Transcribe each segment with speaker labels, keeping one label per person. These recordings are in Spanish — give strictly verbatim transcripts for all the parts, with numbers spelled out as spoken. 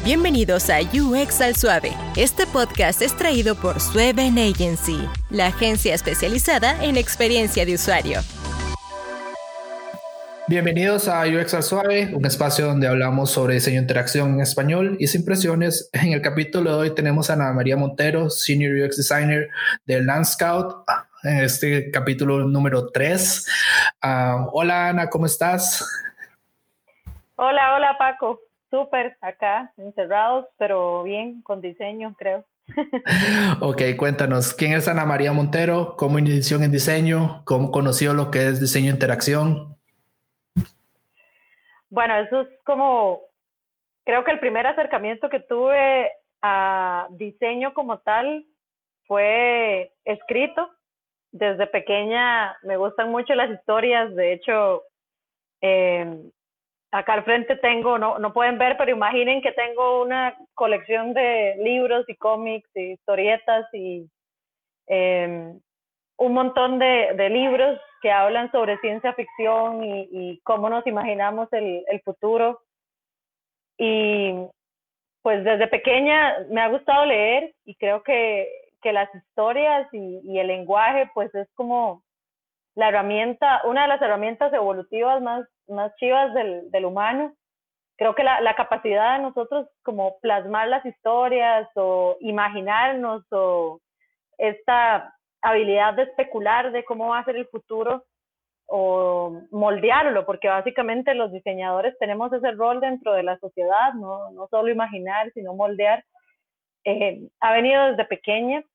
Speaker 1: Bienvenidos a U X al Suave. Este podcast es traído por Sueven Agency, la agencia especializada en experiencia de usuario.
Speaker 2: Bienvenidos a U X al Suave, un espacio donde hablamos sobre diseño de interacción en español y sin presiones. En el capítulo de hoy tenemos a Ana María Montero, Senior U X Designer de Landscout, en este capítulo número tres. Uh, hola Ana, ¿cómo estás?
Speaker 3: Hola, hola Paco. Súper, acá, encerrados, pero bien, con diseño, creo.
Speaker 2: Ok, cuéntanos, ¿quién es Ana María Montero? ¿Cómo inició en diseño? ¿Cómo conoció lo que es diseño de interacción?
Speaker 3: Bueno, eso es como, creo que el primer acercamiento que tuve a diseño como tal fue escrito. Desde pequeña me gustan mucho las historias, de hecho, eh, acá al frente tengo, no, no pueden ver, pero imaginen que tengo una colección de libros y cómics y historietas y eh, un montón de, de libros que hablan sobre ciencia ficción y, y cómo nos imaginamos el, el futuro. Y pues desde pequeña me ha gustado leer y creo que, que las historias y, y el lenguaje pues es como la herramienta, una de las herramientas evolutivas más, más chivas del, del humano. Creo que la, la capacidad de nosotros como plasmar las historias o imaginarnos o esta habilidad de especular de cómo va a ser el futuro o moldearlo, porque básicamente los diseñadores tenemos ese rol dentro de la sociedad, no, no solo imaginar, sino moldear. Eh, ha venido desde pequeña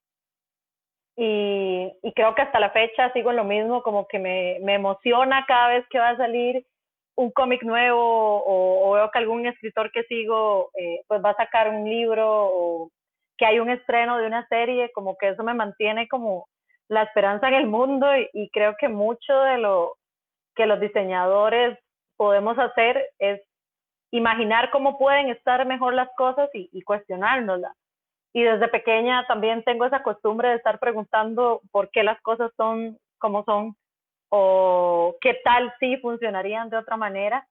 Speaker 3: y, y creo que hasta la fecha sigo en lo mismo, como que me, me emociona cada vez que va a salir un cómic nuevo o, o veo que algún escritor que sigo eh, pues va a sacar un libro o que hay un estreno de una serie, como que eso me mantiene como la esperanza en el mundo y, y creo que mucho de lo que los diseñadores podemos hacer es imaginar cómo pueden estar mejor las cosas y, y cuestionárnoslas. Y desde pequeña también tengo esa costumbre de estar preguntando por qué las cosas son como son o qué tal si funcionarían de otra manera.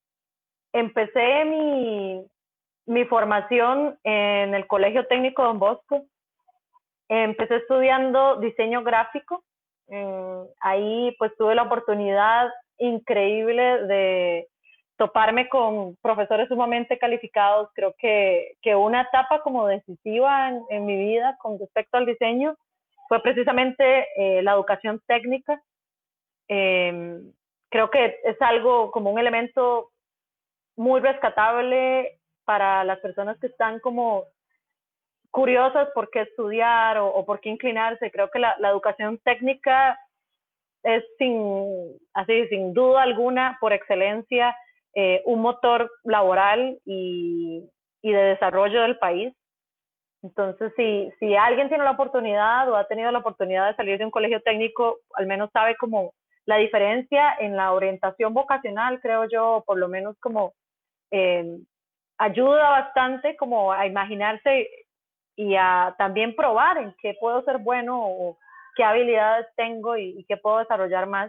Speaker 3: Empecé mi, mi formación en el Colegio Técnico Don Bosco. Empecé estudiando diseño gráfico. Eh, ahí pues tuve la oportunidad increíble de toparme con profesores sumamente calificados. Creo que, que una etapa como decisiva en, en mi vida con respecto al diseño fue precisamente eh, la educación técnica. Eh, creo que es algo como un elemento muy rescatable para las personas que están como curiosas por qué estudiar o, o por qué inclinarse. Creo que la, la educación técnica es sin, así, sin duda alguna, por excelencia, eh, un motor laboral y, y de desarrollo del país. Entonces, si, si alguien tiene la oportunidad o ha tenido la oportunidad de salir de un colegio técnico, al menos sabe como la diferencia en la orientación vocacional, creo yo, por lo menos como eh, ayuda bastante como a imaginarse y a también probar en qué puedo ser bueno o qué habilidades tengo y, y qué puedo desarrollar más.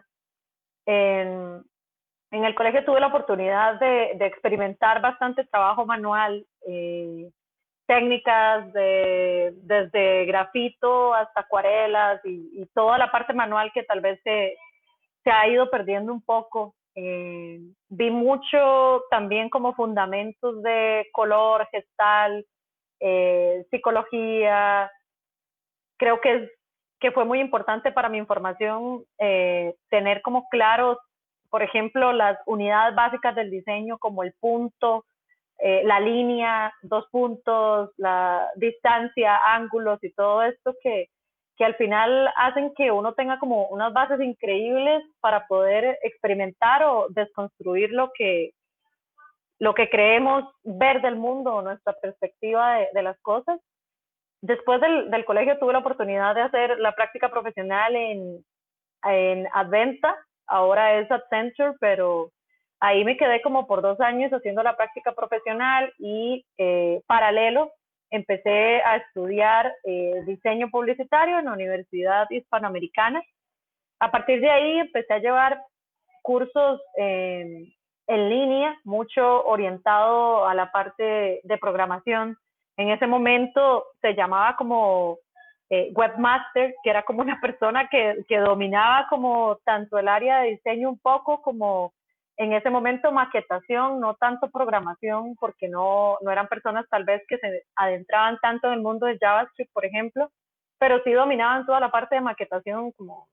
Speaker 3: En, en el colegio tuve la oportunidad de, de experimentar bastante trabajo manual, eh, técnicas de, desde grafito hasta acuarelas y, y toda la parte manual que tal vez se, se ha ido perdiendo un poco. Eh, vi mucho también como fundamentos de color, gestal, eh, psicología. Creo que, es, que fue muy importante para mi información eh, tener como claros, por ejemplo, las unidades básicas del diseño como el punto, eh, la línea, dos puntos, la distancia, ángulos y todo esto que, que al final hacen que uno tenga como unas bases increíbles para poder experimentar o desconstruir lo que, lo que creemos ver del mundo o nuestra perspectiva de, de las cosas. Después del, del colegio tuve la oportunidad de hacer la práctica profesional en, en Adventa, ahora es Accenture, pero ahí me quedé como por dos años haciendo la práctica profesional y eh, paralelo empecé a estudiar eh, diseño publicitario en la Universidad Hispanoamericana. A partir de ahí empecé a llevar cursos eh, en línea, mucho orientado a la parte de programación. En ese momento se llamaba como eh, webmaster, que era como una persona que, que dominaba como tanto el área de diseño un poco como en ese momento maquetación, no tanto programación, porque no, no eran personas tal vez que se adentraban tanto en el mundo de JavaScript, por ejemplo, pero sí dominaban toda la parte de maquetación como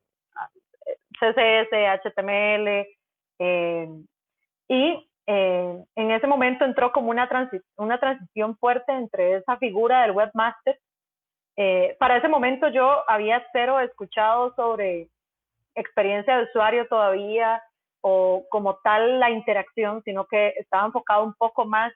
Speaker 3: C S S, H T M L, eh, y eh, en ese momento entró como una, transi una transición fuerte entre esa figura del webmaster. Eh, para ese momento yo había cero escuchado sobre experiencia de usuario todavía o como tal la interacción, sino que estaba enfocado un poco más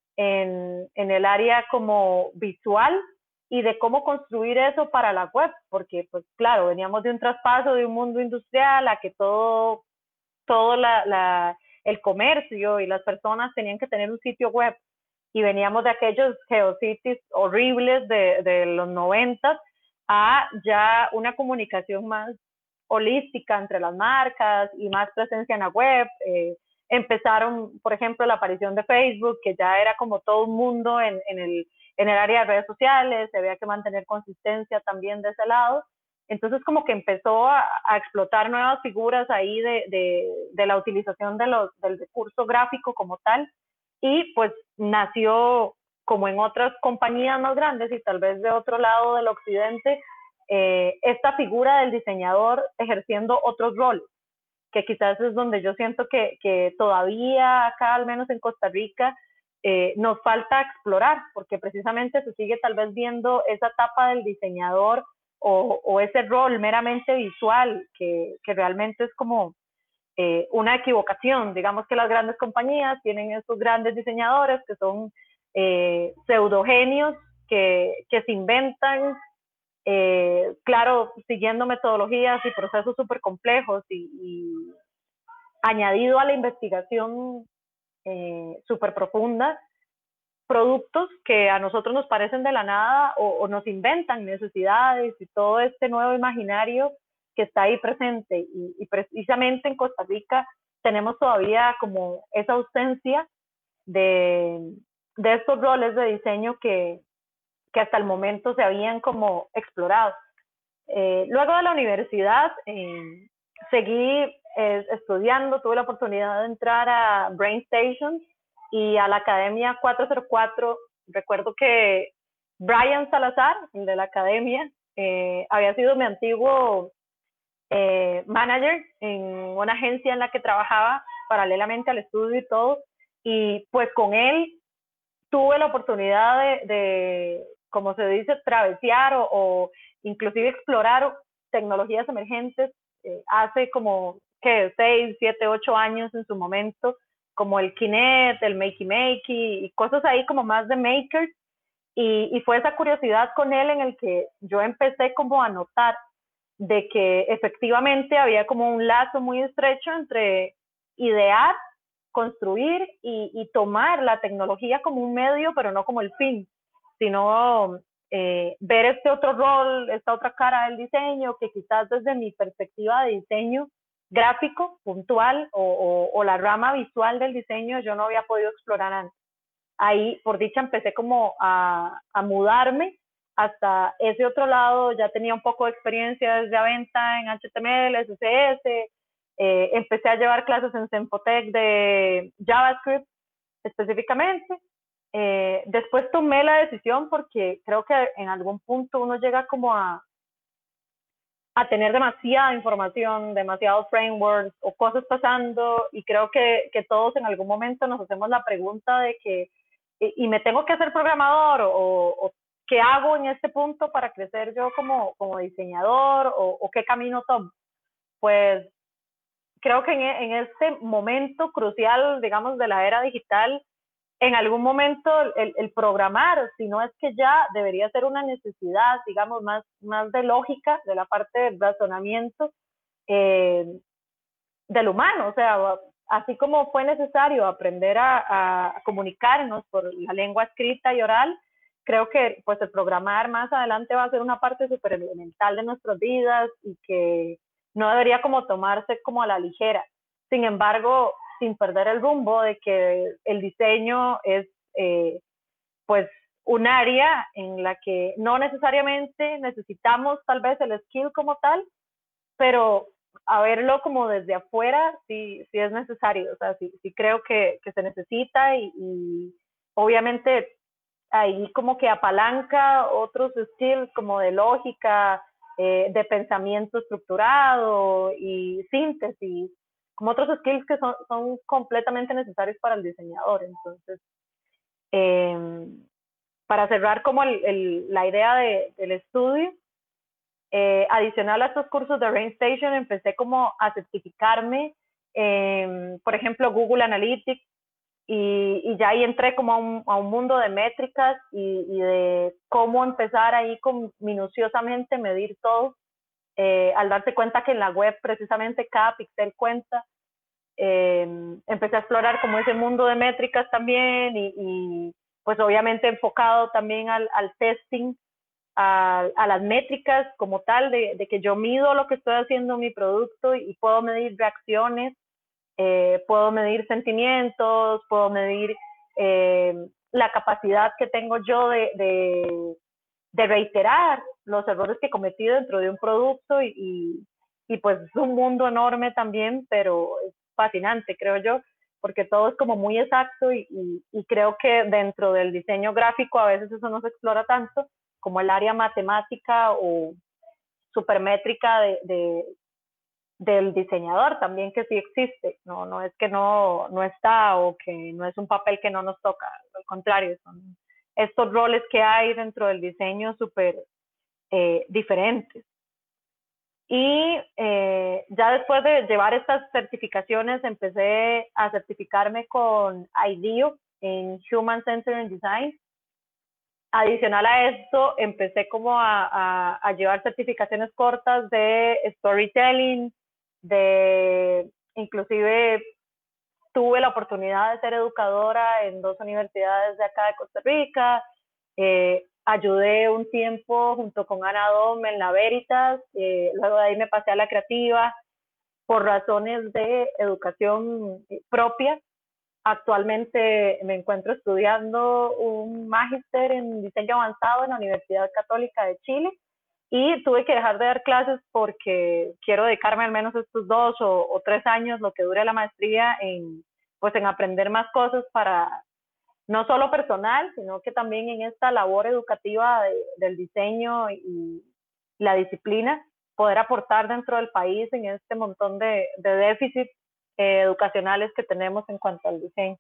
Speaker 3: en, en el área como visual y de cómo construir eso para la web, porque pues claro, veníamos de un traspaso de un mundo industrial a que todo, todo la, la, el comercio y las personas tenían que tener un sitio web y veníamos de aquellos geocities horribles de, de los noventas a ya una comunicación más holística entre las marcas y más presencia en la web. Eh, empezaron, por ejemplo, la aparición de Facebook, que ya era como todo un mundo en, en, el, en el área de redes sociales, se había que mantener consistencia también de ese lado. Entonces como que empezó a, a explotar nuevas figuras ahí de, de, de la utilización de los, del recurso gráfico como tal, y pues nació como en otras compañías más grandes y tal vez de otro lado del occidente, eh, esta figura del diseñador ejerciendo otros roles, que quizás es donde yo siento que, que todavía acá, al menos en Costa Rica, eh, nos falta explorar, porque precisamente se sigue tal vez viendo esa etapa del diseñador o, o ese rol meramente visual, que, que realmente es como eh, una equivocación. Digamos que las grandes compañías tienen estos grandes diseñadores que son eh, pseudogenios, que, que se inventan, eh, claro, siguiendo metodologías y procesos súper complejos y, y añadido a la investigación eh, súper profunda, productos que a nosotros nos parecen de la nada o, o nos inventan necesidades y todo este nuevo imaginario que está ahí presente. Y, y precisamente en Costa Rica tenemos todavía como esa ausencia de, de estos roles de diseño que, que hasta el momento se habían como explorado. Eh, luego de la universidad eh, seguí eh, estudiando, tuve la oportunidad de entrar a BrainStation y a la Academia cuatrocientos cuatro. Recuerdo que Brian Salazar, el de la academia, eh, había sido mi antiguo eh, manager en una agencia en la que trabajaba paralelamente al estudio y todo, y pues con él tuve la oportunidad de, de como se dice, travesear o, o inclusive explorar tecnologías emergentes eh, hace como que seis, siete, ocho años en su momento, como el Kinect, el Makey Makey y cosas ahí como más de makers, y, y fue esa curiosidad con él en el que yo empecé como a notar de que efectivamente había como un lazo muy estrecho entre idear, construir y, y tomar la tecnología como un medio, pero no como el fin, sino eh, ver este otro rol, esta otra cara del diseño, que quizás desde mi perspectiva de diseño gráfico, puntual, o, o, o la rama visual del diseño, yo no había podido explorar antes. Ahí, por dicha, empecé como a, a mudarme hasta ese otro lado. Ya tenía un poco de experiencia desde a venta en H T M L, C S S, eh, empecé a llevar clases en Sempotec de JavaScript específicamente. Eh, después tomé la decisión porque creo que en algún punto uno llega como a, a tener demasiada información, demasiados frameworks o cosas pasando, y creo que, que todos en algún momento nos hacemos la pregunta de que, y, y me tengo que hacer programador o, o qué hago en este punto para crecer yo como, como diseñador o, o qué camino tomo. Pues creo que en, en este momento crucial, digamos, de la era digital, en algún momento el, el programar, si no es que ya debería ser una necesidad, digamos, más, más de lógica, de la parte del razonamiento eh, del humano. O sea, así como fue necesario aprender a, a comunicarnos por la lengua escrita y oral, creo que pues el programar más adelante va a ser una parte súper elemental de nuestras vidas y que no debería como tomarse como a la ligera. Sin embargo, sin perder el rumbo de que el diseño es eh, pues un área en la que no necesariamente necesitamos tal vez el skill como tal, pero a verlo como desde afuera sí, sí es necesario, o sea, sí, sí creo que, que se necesita y, y obviamente ahí como que apalanca otros skills como de lógica, eh, de pensamiento estructurado y síntesis, como otros skills que son, son completamente necesarios para el diseñador. Entonces, eh, para cerrar como el, el, la idea de, del estudio, eh, adicional a estos cursos de RainStation, empecé como a certificarme, eh, por ejemplo, Google Analytics, y, y ya ahí entré como a un, a un mundo de métricas y, y de cómo empezar ahí con minuciosamente medir todo, eh, al darse cuenta que en la web precisamente cada píxel cuenta. Eh, empecé a explorar como ese mundo de métricas también y, y pues obviamente enfocado también al, al testing, a, a las métricas como tal, de, de que yo mido lo que estoy haciendo en mi producto y puedo medir reacciones, eh, puedo medir sentimientos, puedo medir eh, la capacidad que tengo yo de, de, de reiterar los errores que cometí dentro de un producto y, y, y pues es un mundo enorme también, pero es fascinante, creo yo, porque todo es como muy exacto y, y, y creo que dentro del diseño gráfico a veces eso no se explora tanto, como el área matemática o supermétrica de, de, del diseñador también, que sí existe, no, no es que no, no está o que no es un papel que no nos toca, al contrario, son estos roles que hay dentro del diseño súper eh, diferentes. Y eh, ya después de llevar estas certificaciones empecé a certificarme con IDEO en Human Centered Design. Adicional a esto, empecé como a, a, a llevar certificaciones cortas de storytelling, de inclusive tuve la oportunidad de ser educadora en dos universidades de acá de Costa Rica, eh, ayudé un tiempo junto con Ana Dom en la Veritas, eh, luego de ahí me pasé a la creativa por razones de educación propia. Actualmente me encuentro estudiando un magíster en diseño avanzado en la Universidad Católica de Chile y tuve que dejar de dar clases porque quiero dedicarme al menos estos dos o, o tres años, lo que dure la maestría, en, pues en aprender más cosas para, no solo personal, sino que también en esta labor educativa de, del diseño y la disciplina, poder aportar dentro del país en este montón de, de déficits eh, educacionales que tenemos en cuanto al diseño.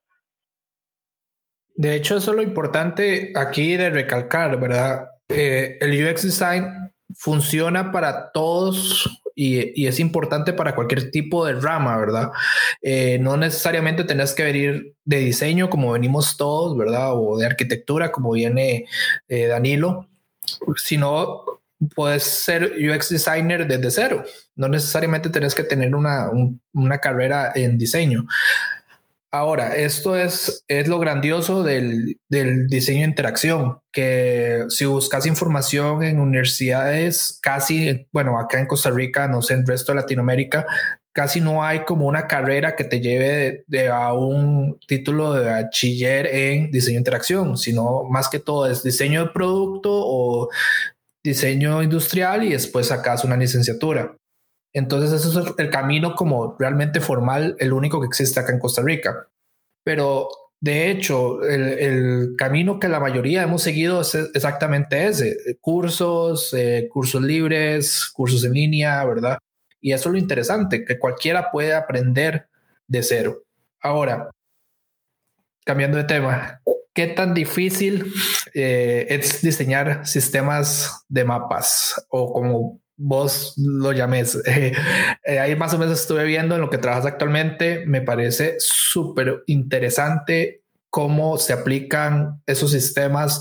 Speaker 2: De hecho, eso es lo importante aquí de recalcar, ¿verdad? Eh, el U X Design funciona para todos y, y es importante para cualquier tipo de rama, ¿verdad? Eh, no necesariamente tenés que venir de diseño como venimos todos, ¿verdad? O de arquitectura como viene eh, Danilo, sino puedes ser U X designer desde cero. No necesariamente tenés que tener una, un, una carrera en diseño. Ahora, esto es, es lo grandioso del, del diseño de interacción, que si buscas información en universidades, casi, bueno, acá en Costa Rica, no sé, en el resto de Latinoamérica, casi no hay como una carrera que te lleve de, de a un título de bachiller en diseño de interacción, sino más que todo es diseño de producto o diseño industrial y después sacas una licenciatura. Entonces eso es el camino como realmente formal, el único que existe acá en Costa Rica. Pero de hecho, el, el camino que la mayoría hemos seguido es exactamente ese: cursos, eh, cursos libres, cursos en línea, ¿verdad? Y eso es lo interesante, que cualquiera puede aprender de cero. Ahora, cambiando de tema, ¿qué tan difícil eh, es diseñar sistemas de mapas o como vos lo llames? Eh, eh, ahí más o menos estuve viendo en lo que trabajas actualmente. Me parece súper interesante cómo se aplican esos sistemas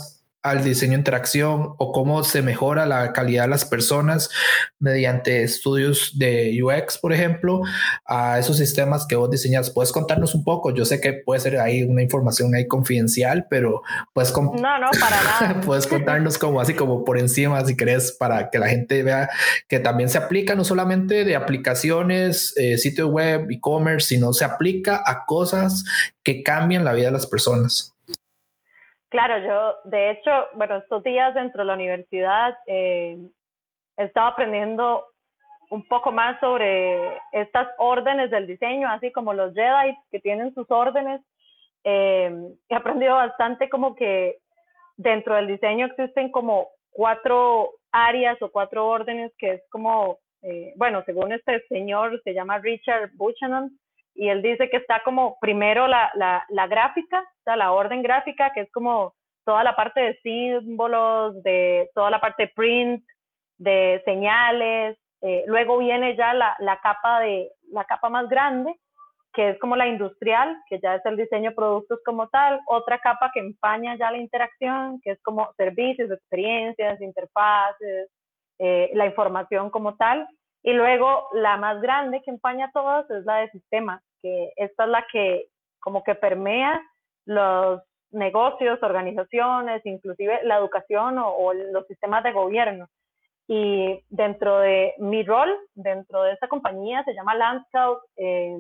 Speaker 2: al diseño de interacción o cómo se mejora la calidad de las personas mediante estudios de U X, por ejemplo, a esos sistemas que vos diseñas. ¿Puedes contarnos un poco? Yo sé que puede ser ahí una información ahí confidencial, pero puedes,
Speaker 3: no, no, para nada.
Speaker 2: puedes contarnos como así como por encima, si querés, para que la gente vea que también se aplica no solamente de aplicaciones, eh, sitio web, e-commerce, sino se aplica a cosas que cambian la vida de las personas.
Speaker 3: Claro, yo de hecho, bueno, estos días dentro de la universidad eh, he estado aprendiendo un poco más sobre estas órdenes del diseño, así como los Jedi que tienen sus órdenes. Eh, he aprendido bastante como que dentro del diseño existen como cuatro áreas o cuatro órdenes que es como, eh, bueno, según este señor se llama Richard Buchanan, y él dice que está como primero la, la, la gráfica, o sea, la orden gráfica, que es como toda la parte de símbolos, de toda la parte de print, de señales. Eh, luego viene ya la, la, capa de, la capa más grande, que es como la industrial, que ya es el diseño de productos como tal. Otra capa que empaña ya la interacción, que es como servicios, experiencias, interfaces, eh, la información como tal. Y luego la más grande que empaña todas es la de sistemas, que esta es la que como que permea los negocios, organizaciones, inclusive la educación o, o los sistemas de gobierno. Y dentro de mi rol, dentro de esta compañía, se llama Landscout, eh,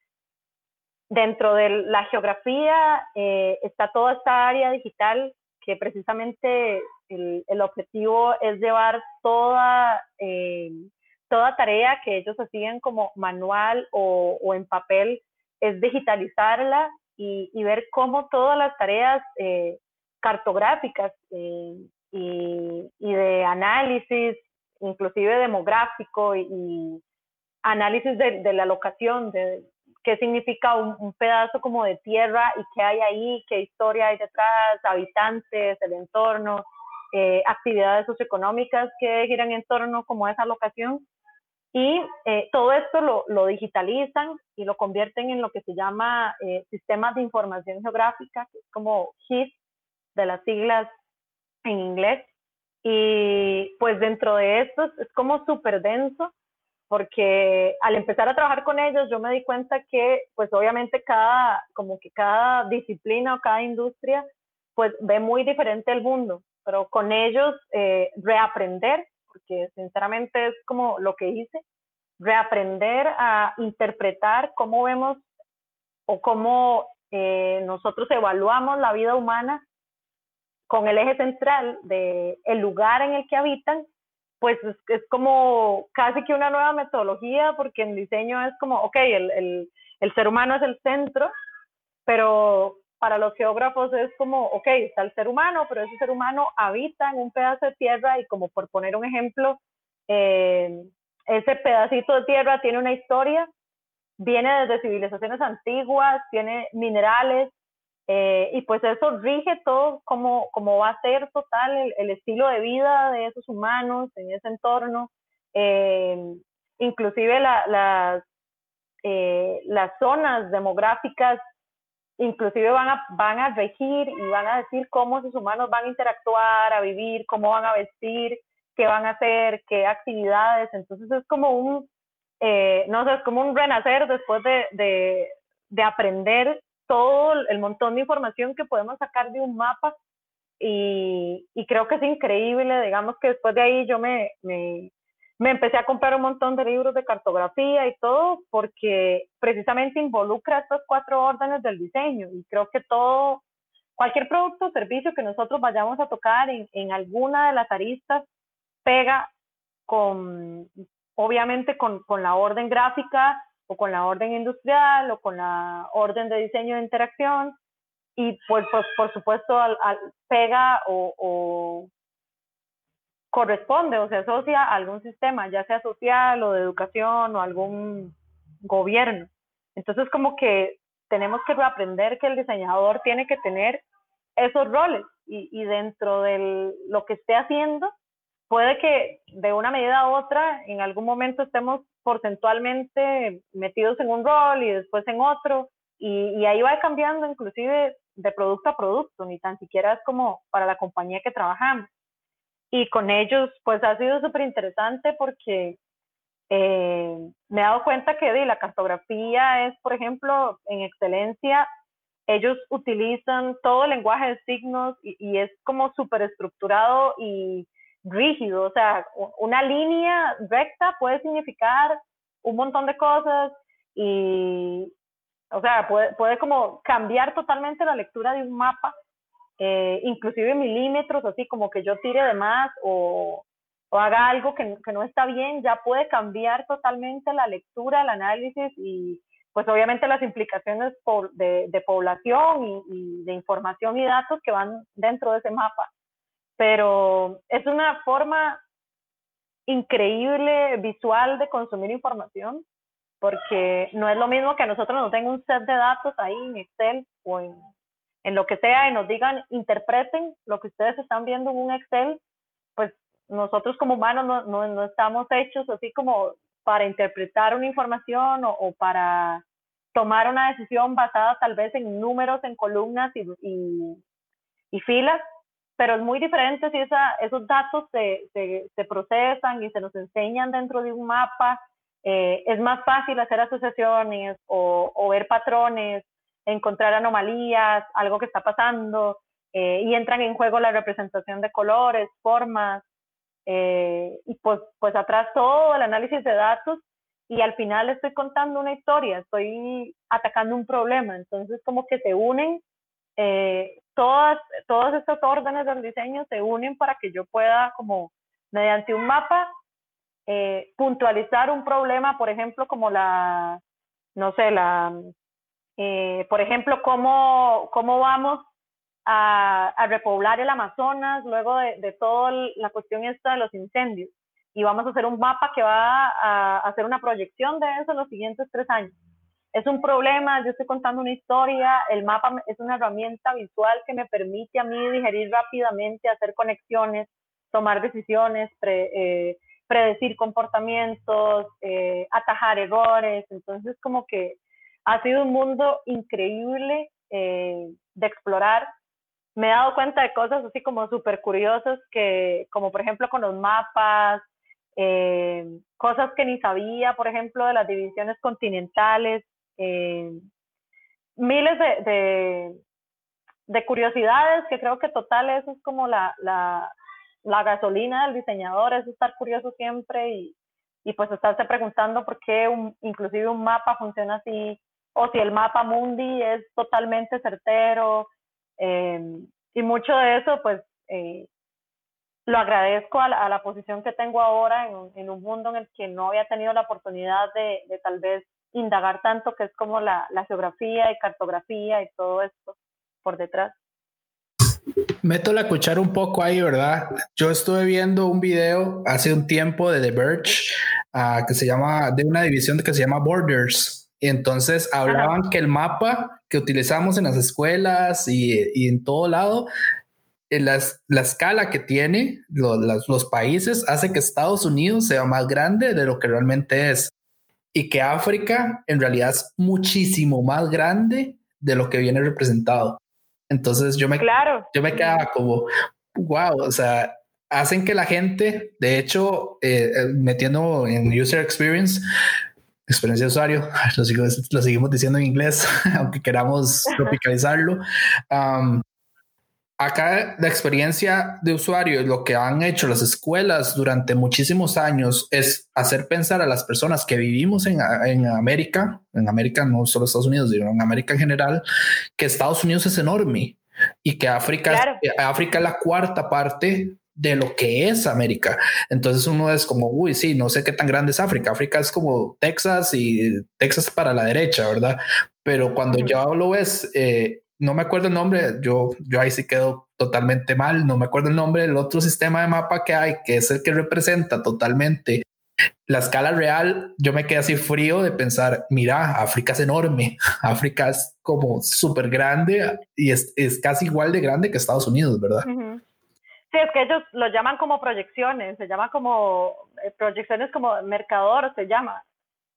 Speaker 3: dentro de la geografía eh, está toda esta área digital que precisamente el, el objetivo es llevar toda, eh, toda tarea que ellos hacían como manual o, o en papel, es digitalizarla y, y ver cómo todas las tareas eh, cartográficas eh, y, y de análisis, inclusive demográfico y, y análisis de, de la locación, de qué significa un, un pedazo como de tierra y qué hay ahí, qué historia hay detrás, habitantes, el entorno, eh, actividades socioeconómicas que giran en torno como a esa locación. Y eh, todo esto lo, lo digitalizan y lo convierten en lo que se llama eh, sistemas de información geográfica, que es como G I F, de las siglas en inglés. Y pues dentro de estos es como súper denso, porque al empezar a trabajar con ellos yo me di cuenta que pues obviamente cada, como que cada disciplina o cada industria pues ve muy diferente el mundo, pero con ellos eh, reaprender, porque sinceramente es como lo que hice, reaprender a interpretar cómo vemos o cómo eh, nosotros evaluamos la vida humana con el eje central de el lugar en el que habitan, pues es, es como casi que una nueva metodología, porque en diseño es como, ok, el, el, el ser humano es el centro, pero para los geógrafos es como, ok, está el ser humano, pero ese ser humano habita en un pedazo de tierra y como por poner un ejemplo, eh, ese pedacito de tierra tiene una historia, viene desde civilizaciones antiguas, tiene minerales, eh, y pues eso rige todo cómo, cómo va a ser total el, el estilo de vida de esos humanos en ese entorno, eh, inclusive la, la, eh, las zonas demográficas inclusive van a, van a regir y van a decir cómo esos humanos van a interactuar, a vivir, cómo van a vestir, qué van a hacer, qué actividades. Entonces es como un, eh, no sé, es como un renacer después de, de, de aprender todo el montón de información que podemos sacar de un mapa, y, y creo que es increíble. Digamos que después de ahí yo me, me, me empecé a comprar un montón de libros de cartografía y todo, porque precisamente involucra estas cuatro órdenes del diseño, y creo que todo, cualquier producto o servicio que nosotros vayamos a tocar en, en alguna de las aristas pega con, obviamente con, con la orden gráfica o con la orden industrial o con la orden de diseño de interacción, y pues, pues por supuesto al, al pega o, o corresponde o se asocia a algún sistema, ya sea social o de educación o algún gobierno. Entonces como que tenemos que aprender que el diseñador tiene que tener esos roles, y, y dentro de lo que esté haciendo, puede que de una medida a otra en algún momento estemos porcentualmente metidos en un rol y después en otro, y, y ahí va cambiando inclusive de producto a producto, ni tan siquiera es como para la compañía que trabajamos. Y con ellos, pues ha sido súper interesante porque eh, me he dado cuenta que de, la cartografía es, por ejemplo, en excelencia, ellos utilizan todo el lenguaje de signos y, y es como súper estructurado y rígido, o sea, una línea recta puede significar un montón de cosas y, o sea, puede, puede como cambiar totalmente la lectura de un mapa, eh, inclusive milímetros, así como que yo tire de más o, o haga algo que, que no está bien, ya puede cambiar totalmente la lectura, el análisis y pues obviamente las implicaciones de, de población y, y de información y datos que van dentro de ese mapa. Pero es una forma increíble visual de consumir información, porque no es lo mismo que a nosotros nos den un set de datos ahí en Excel o en, en lo que sea y nos digan, interpreten lo que ustedes están viendo en un Excel, pues nosotros como humanos no, no, no estamos hechos así como para interpretar una información o, o para tomar una decisión basada tal vez en números, en columnas y, y, y filas, pero es muy diferente si esa, esos datos se, se, se procesan y se nos enseñan dentro de un mapa. Eh, es más fácil hacer asociaciones o, o ver patrones, encontrar anomalías, algo que está pasando, eh, y entran en juego la representación de colores, formas, eh, y pues, pues atrás todo el análisis de datos, y al final estoy contando una historia, estoy atacando un problema, entonces como que se unen, eh, todas, todas estas órdenes del diseño se unen para que yo pueda como mediante un mapa eh, puntualizar un problema, por ejemplo, como la, no sé, la, eh, por ejemplo, cómo, cómo vamos a, a repoblar el Amazonas luego de, de toda la cuestión esta de los incendios. Y vamos a hacer un mapa que va a, a hacer una proyección de eso en los siguientes tres años. Es un problema, yo estoy contando una historia, el mapa es una herramienta visual que me permite a mí digerir rápidamente, hacer conexiones, tomar decisiones, pre, eh, predecir comportamientos, eh, atajar errores. Entonces como que ha sido un mundo increíble eh, de explorar. Me he dado cuenta de cosas así como súper curiosas, que, como por ejemplo con los mapas, eh, cosas que ni sabía, por ejemplo, de las divisiones continentales, eh, miles de, de, de curiosidades que creo que total eso es como la, la, la gasolina del diseñador, es estar curioso siempre y, y pues estarse preguntando por qué un, inclusive un mapa funciona así, o si el mapa mundi es totalmente certero, eh, y mucho de eso pues eh, lo agradezco a la, a la posición que tengo ahora en, en un mundo en el que no había tenido la oportunidad de, de tal vez indagar tanto, que es como la, la geografía y cartografía y todo esto por detrás.
Speaker 2: Meto la cuchara un poco ahí, ¿verdad? Yo estuve viendo un video hace un tiempo de The Verge, uh, que se llama, de una división que se llama Borders. Y entonces hablaban Ajá. que el mapa que utilizamos en las escuelas y, y en todo lado, la, la escala que tiene lo, las, los países hace que Estados Unidos sea más grande de lo que realmente es. Y que África en realidad es muchísimo más grande de lo que viene representado. Entonces yo me,
Speaker 3: claro.
Speaker 2: yo me quedaba como, wow, o sea, hacen que la gente, de hecho, eh, metiendo en user experience, experiencia de usuario, lo, sigo, lo seguimos diciendo en inglés, aunque queramos tropicalizarlo. Um, Acá la experiencia de usuario, lo que han hecho las escuelas durante muchísimos años es hacer pensar a las personas que vivimos en, en América, en América no solo Estados Unidos, sino en América en general, que Estados Unidos es enorme y que África, claro. es, África es la cuarta parte de lo que es América. Entonces uno es como, uy, sí, no sé qué tan grande es África. África es como Texas y Texas para la derecha, ¿verdad? Pero cuando uh-huh. ya lo ves... Eh, no me acuerdo el nombre, yo, yo ahí sí quedo totalmente mal, no me acuerdo el nombre del otro sistema de mapa que hay, que es el que representa totalmente la escala real. Yo me quedé así frío de pensar, mira, África es enorme, África es como súper grande y es, es casi igual de grande que Estados Unidos, ¿verdad?
Speaker 3: Uh-huh. Sí, es que ellos lo llaman como proyecciones, se llama como eh, proyecciones como mercador, se llama.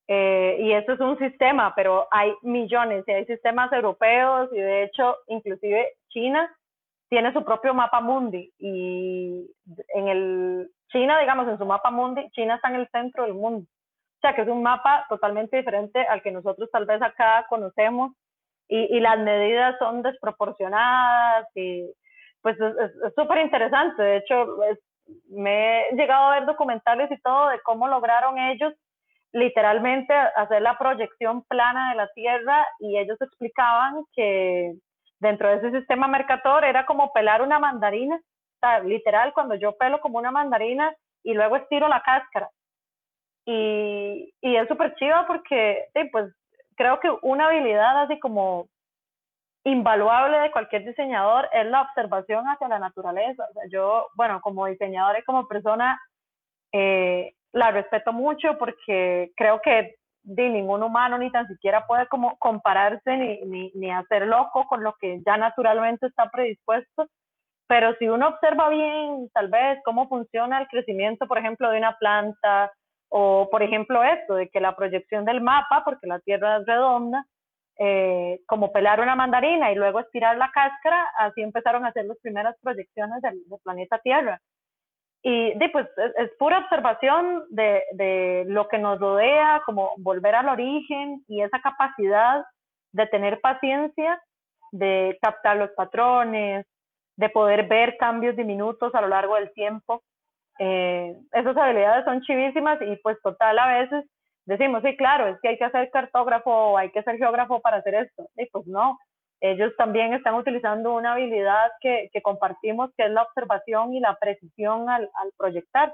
Speaker 3: Eh, y eso es un sistema, pero hay millones y hay sistemas europeos y de hecho inclusive China tiene su propio mapa mundi y en el China, digamos, en su mapa mundi, China está en el centro del mundo. O sea, que es un mapa totalmente diferente al que nosotros tal vez acá conocemos y, y las medidas son desproporcionadas y pues es súper interesante. De hecho, es, me he llegado a ver documentales y todo de cómo lograron ellos literalmente hacer la proyección plana de la Tierra y ellos explicaban que dentro de ese sistema Mercator era como pelar una mandarina, o sea, literal cuando yo pelo como una mandarina y luego estiro la cáscara y, y es súper chido porque sí, pues creo que una habilidad así como invaluable de cualquier diseñador es la observación hacia la naturaleza. O sea, yo, bueno, como diseñadora y como persona eh, la respeto mucho porque creo que de ningún humano ni tan siquiera puede como compararse ni, ni, ni hacer loco con lo que ya naturalmente está predispuesto, pero si uno observa bien tal vez cómo funciona el crecimiento, por ejemplo, de una planta o por ejemplo esto de que la proyección del mapa, porque la Tierra es redonda, eh, como pelar una mandarina y luego estirar la cáscara, así empezaron a hacer las primeras proyecciones del, del planeta Tierra. Y de, pues es, es pura observación de, de lo que nos rodea, como volver al origen y esa capacidad de tener paciencia, de captar los patrones, de poder ver cambios diminutos a lo largo del tiempo. Eh, esas habilidades son chivísimas y pues total a veces decimos, sí, claro, es que hay que ser cartógrafo o hay que ser geógrafo para hacer esto. Y pues no, ellos también están utilizando una habilidad que, que compartimos, que es la observación y la precisión al, al proyectar.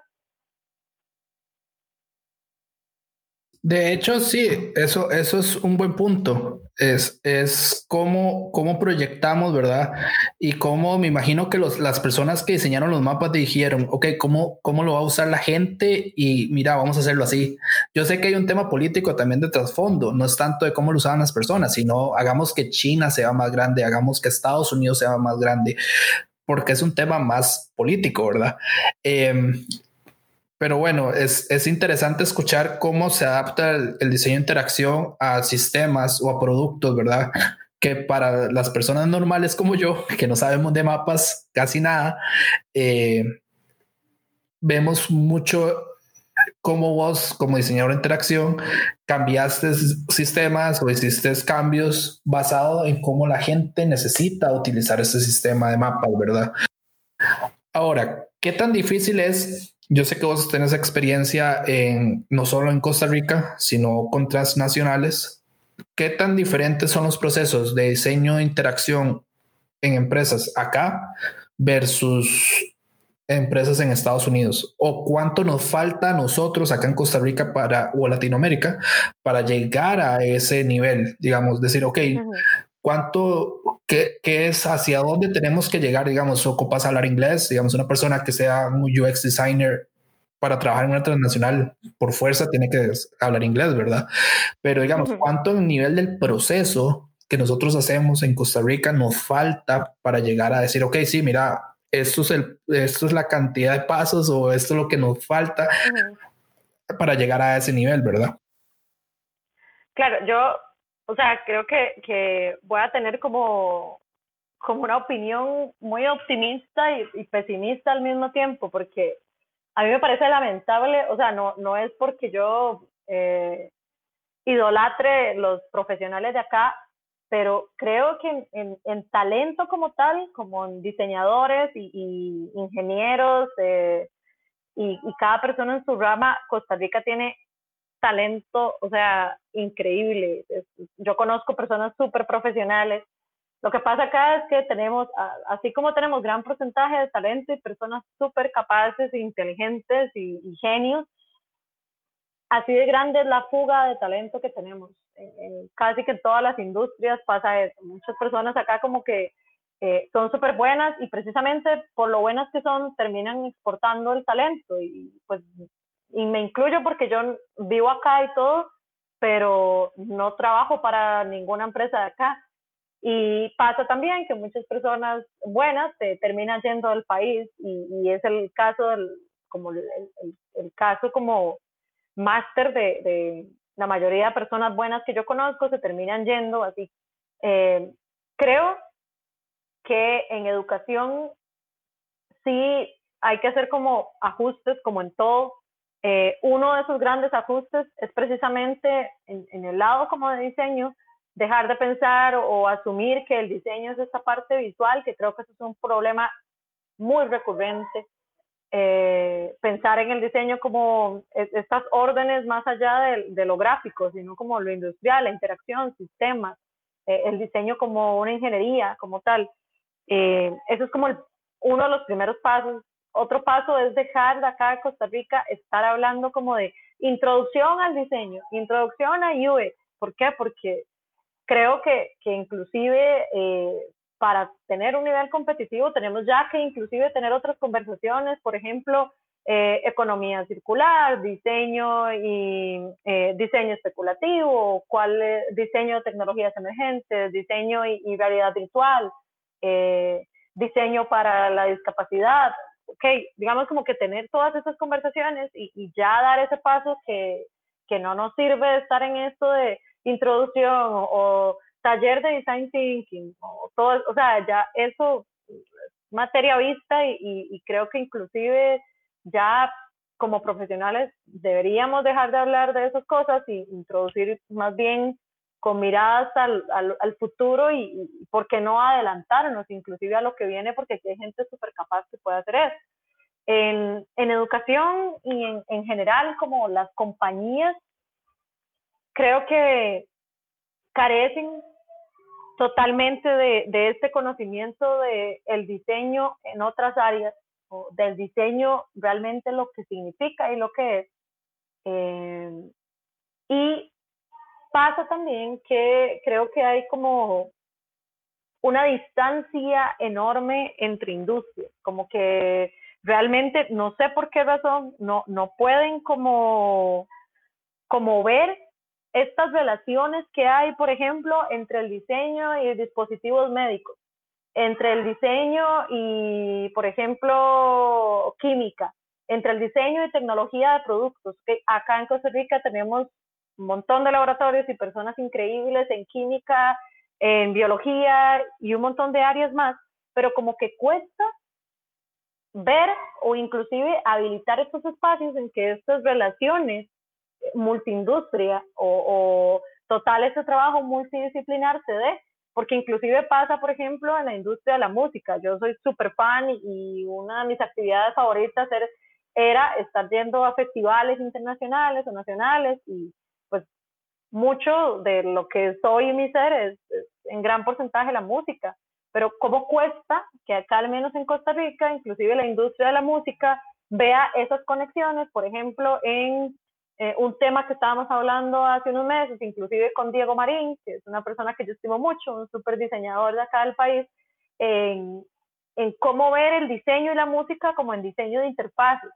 Speaker 2: De hecho, sí, eso, eso es un buen punto. Es, es cómo, cómo proyectamos, ¿verdad? Y cómo me imagino que los, las personas que diseñaron los mapas dijeron, ok, ¿cómo, cómo lo va a usar la gente? Y mira, vamos a hacerlo así. Yo sé que hay un tema político también de trasfondo, no es tanto de cómo lo usaban las personas, sino hagamos que China sea más grande, hagamos que Estados Unidos sea más grande, porque es un tema más político, ¿verdad? Eh, Pero bueno, es, es interesante escuchar cómo se adapta el, el diseño de interacción a sistemas o a productos, ¿verdad? Que para las personas normales como yo, que no sabemos de mapas casi nada, eh, vemos mucho cómo vos, como diseñador de interacción, cambiaste sistemas o hiciste cambios basados en cómo la gente necesita utilizar ese sistema de mapas, ¿verdad? Ahora, ¿qué tan difícil es? Yo sé que vos tenés experiencia en, no solo en Costa Rica, sino con transnacionales. ¿Qué tan diferentes son los procesos de diseño de interacción en empresas acá versus empresas en Estados Unidos? ¿O cuánto nos falta a nosotros acá en Costa Rica para, o Latinoamérica para llegar a ese nivel? Digamos, decir, ok, uh-huh. ¿Cuánto, qué, qué es, hacia dónde tenemos que llegar? Digamos, ocupas hablar inglés, digamos, una persona que sea un U X designer para trabajar en una transnacional, por fuerza tiene que hablar inglés, ¿verdad? Pero digamos, uh-huh. ¿cuánto en el nivel del proceso que nosotros hacemos en Costa Rica nos falta para llegar a decir, ok, sí, mira, esto es, el, esto es la cantidad de pasos o esto es lo que nos falta uh-huh. para llegar a ese nivel, ¿verdad?
Speaker 3: Claro, yo... O sea, creo que, que voy a tener como, como una opinión muy optimista y, y pesimista al mismo tiempo, porque a mí me parece lamentable, o sea, no, no es porque yo eh, idolatre los profesionales de acá, pero creo que en, en, en talento como tal, como en diseñadores y, y ingenieros eh, y, y cada persona en su rama, Costa Rica tiene talento, o sea, increíble. Yo conozco personas súper profesionales. Lo que pasa acá es que tenemos, así como tenemos gran porcentaje de talento y personas súper capaces, inteligentes y, y genios, así de grande es la fuga de talento que tenemos. En, en casi que en todas las industrias pasa eso. Muchas personas acá como que eh, son súper buenas y precisamente por lo buenas que son terminan exportando el talento y pues y me incluyo porque yo vivo acá y todo, pero no trabajo para ninguna empresa de acá. Y pasa también que muchas personas buenas se terminan yendo del país y, y es el caso del, como el, el, el caso como máster de, de, la mayoría de personas buenas que yo conozco se terminan yendo, así. Eh, creo que en educación sí hay que hacer como ajustes, como en todo. Eh, uno de esos grandes ajustes es precisamente en, en el lado como de diseño, dejar de pensar o asumir que el diseño es esta parte visual, que creo que eso es un problema muy recurrente. Eh, pensar en el diseño como estas órdenes más allá de, de lo gráfico, sino como lo industrial, la interacción, sistemas, eh, el diseño como una ingeniería, como tal. Eh, eso es como el, uno de los primeros pasos. Otro paso es dejar de acá de Costa Rica estar hablando como de introducción al diseño, introducción a U X. ¿Por qué? Porque creo que, que inclusive eh, para tener un nivel competitivo tenemos ya que inclusive tener otras conversaciones, por ejemplo, eh, economía circular, diseño y eh, diseño especulativo, cuál es, diseño de tecnologías emergentes, diseño y, y realidad virtual, eh, diseño para la discapacidad. Ok, digamos como que tener todas esas conversaciones y, y ya dar ese paso que, que no nos sirve estar en esto de introducción o, o taller de design thinking, o todo, o sea, ya eso es materia vista y, y, y creo que inclusive ya como profesionales deberíamos dejar de hablar de esas cosas y introducir más bien con miradas al, al, al futuro y, y por qué no adelantarnos inclusive a lo que viene, porque aquí hay gente súper capaz que puede hacer eso. En, en educación y en, en general, como las compañías, creo que carecen totalmente de, de este conocimiento del de diseño en otras áreas, o del diseño realmente lo que significa y lo que es. Eh, y pasa también que creo que hay como una distancia enorme entre industrias, como que realmente no sé por qué razón no, no pueden como, como ver estas relaciones que hay, por ejemplo, entre el diseño y dispositivos médicos, entre el diseño y, por ejemplo, química, entre el diseño y tecnología de productos, que acá en Costa Rica tenemos un montón de laboratorios y personas increíbles en química, en biología y un montón de áreas más, pero como que cuesta ver o inclusive habilitar estos espacios en que estas relaciones multiindustria o, o total este trabajo multidisciplinar se dé, porque inclusive pasa, por ejemplo, en la industria de la música. Yo soy súper fan y, y una de mis actividades favoritas era, era estar yendo a festivales internacionales o nacionales y pues mucho de lo que soy y mi ser es, es en gran porcentaje la música, pero cómo cuesta que acá al menos en Costa Rica, inclusive la industria de la música, vea esas conexiones, por ejemplo, en eh, un tema que estábamos hablando hace unos meses, inclusive con Diego Marín, que es una persona que yo estimo mucho, un súper diseñador de acá del país, en, en cómo ver el diseño y la música como en diseño de interfaces.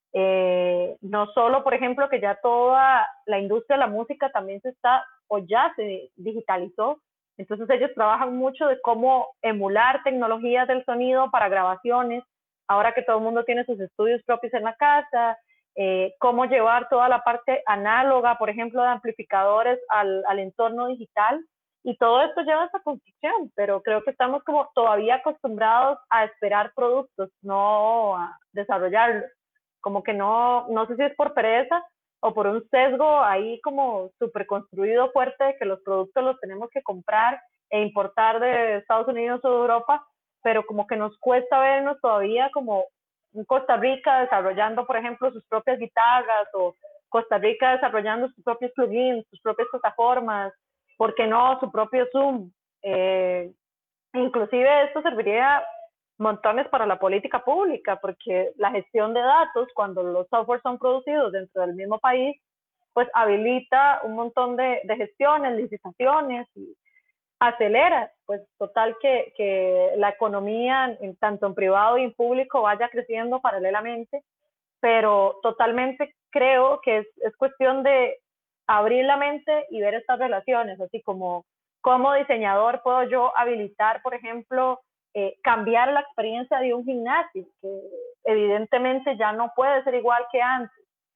Speaker 3: Eh, no solo, por ejemplo, que ya toda la industria de la música también se está, o ya se digitalizó, entonces ellos trabajan mucho de cómo emular tecnologías del sonido para grabaciones, ahora que todo el mundo tiene sus estudios propios en la casa, eh, cómo llevar toda la parte análoga, por ejemplo, de amplificadores al, al entorno digital, y todo esto lleva a esa construcción, pero creo que estamos como todavía acostumbrados a esperar productos, no a desarrollarlos, como que no, no sé si es por pereza o por un sesgo ahí como súper construido fuerte de que los productos los tenemos que comprar e importar de Estados Unidos o de Europa, pero como que nos cuesta vernos todavía como en Costa Rica desarrollando, por ejemplo, sus propias guitarras, o Costa Rica desarrollando sus propios plugins, sus propias plataformas, ¿por qué no su propio Zoom? Eh, inclusive esto serviría montones para la política pública, porque la gestión de datos, cuando los softwares son producidos dentro del mismo país, pues habilita un montón de, de gestiones, licitaciones y acelera, pues total que, que la economía, en, tanto en privado y en público, vaya creciendo paralelamente, pero totalmente creo que es, es cuestión de abrir la mente y ver estas relaciones, así como como diseñador puedo yo habilitar, por ejemplo, eh, cambiar la experiencia de un gimnasio, que evidentemente ya no puede ser igual que antes.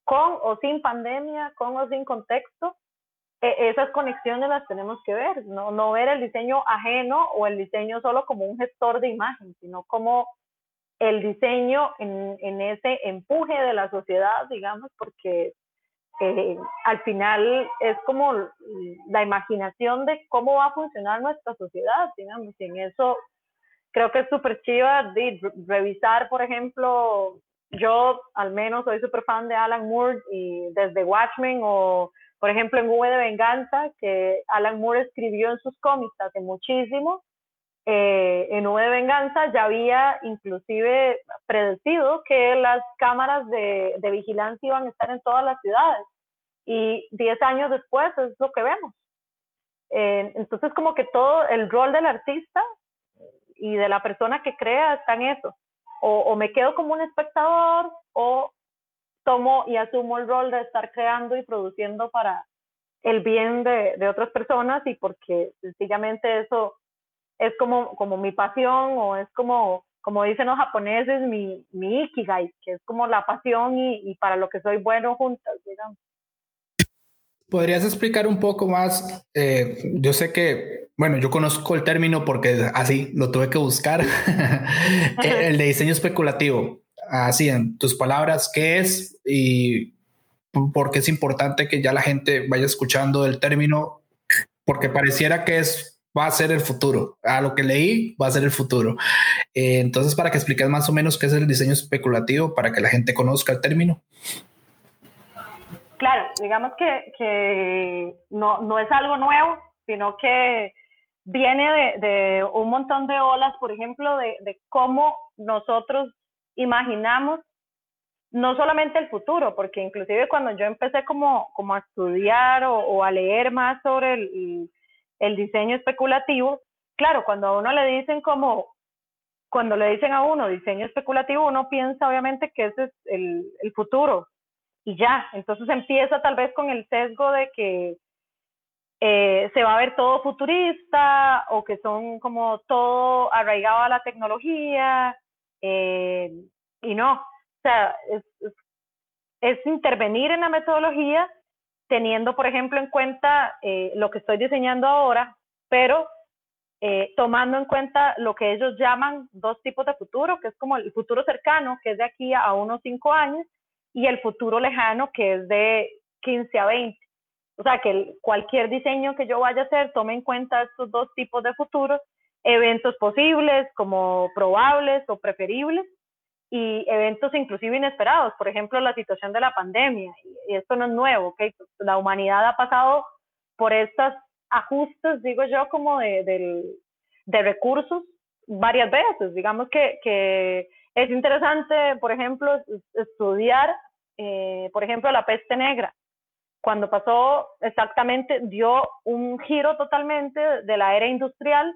Speaker 3: con o sin pandemia, con o sin contexto, eh, esas conexiones las tenemos que ver, no, no ver el diseño ajeno o el diseño solo como un gestor de imagen, sino como el diseño en, en ese empuje de la sociedad, digamos, porque eh, al final es como la imaginación de cómo va a funcionar nuestra sociedad, digamos, y en eso creo que es súper chiva de revisar, por ejemplo, yo al menos soy súper fan de Alan Moore y desde Watchmen o, por ejemplo, en V de Venganza, que Alan Moore escribió en sus cómics hace muchísimo, eh, en V de Venganza ya había inclusive predecido que las cámaras de, de vigilancia iban a estar en todas las ciudades y diez años después es lo que vemos. Eh, entonces como que todo el rol del artista y de la persona que crea está en eso. O, o me quedo como un espectador o tomo y asumo el rol de estar creando y produciendo para el bien de, de otras personas y porque sencillamente eso es como, como mi pasión o es como, como dicen los japoneses, mi, mi ikigai, que es como la pasión y, y para lo que soy bueno juntas, digamos.
Speaker 2: ¿Podrías explicar un poco más? Eh, yo sé que, bueno, yo conozco el término porque así lo tuve que buscar, el de diseño especulativo. Así, en tus palabras, ¿qué es y por qué es importante que ya la gente vaya escuchando el término? Porque pareciera que es, va a ser el futuro. A lo que leí, va a ser el futuro. Eh, entonces, para que expliques más o menos qué es el diseño especulativo, para que la gente conozca el término.
Speaker 3: Claro, digamos que, que no, no es algo nuevo, sino que viene de, de un montón de olas, por ejemplo, de, de cómo nosotros imaginamos no solamente el futuro, porque inclusive cuando yo empecé como, como a estudiar o, o a leer más sobre el, el diseño especulativo, claro, cuando a uno le dicen como, cuando le dicen a uno diseño especulativo, uno piensa obviamente que ese es el, el futuro, y ya, entonces empieza tal vez con el sesgo de que eh, se va a ver todo futurista o que son como todo arraigado a la tecnología eh, y no, o sea, es, es, es intervenir en la metodología teniendo, por ejemplo, en cuenta eh, lo que estoy diseñando ahora, pero eh, tomando en cuenta lo que ellos llaman dos tipos de futuro, que es como el futuro cercano, que es de aquí a unos cinco años, y el futuro lejano, que es de quince a veinte. O sea, que el, cualquier diseño que yo vaya a hacer tome en cuenta estos dos tipos de futuros, eventos posibles como probables o preferibles, y eventos inclusive inesperados, por ejemplo, la situación de la pandemia, y esto no es nuevo, ¿okay? La humanidad ha pasado por estos ajustes, digo yo, como de, de, de recursos varias veces, digamos que, que es interesante, por ejemplo, estudiar, eh, por ejemplo, la peste negra, cuando pasó exactamente, dio un giro totalmente de la era industrial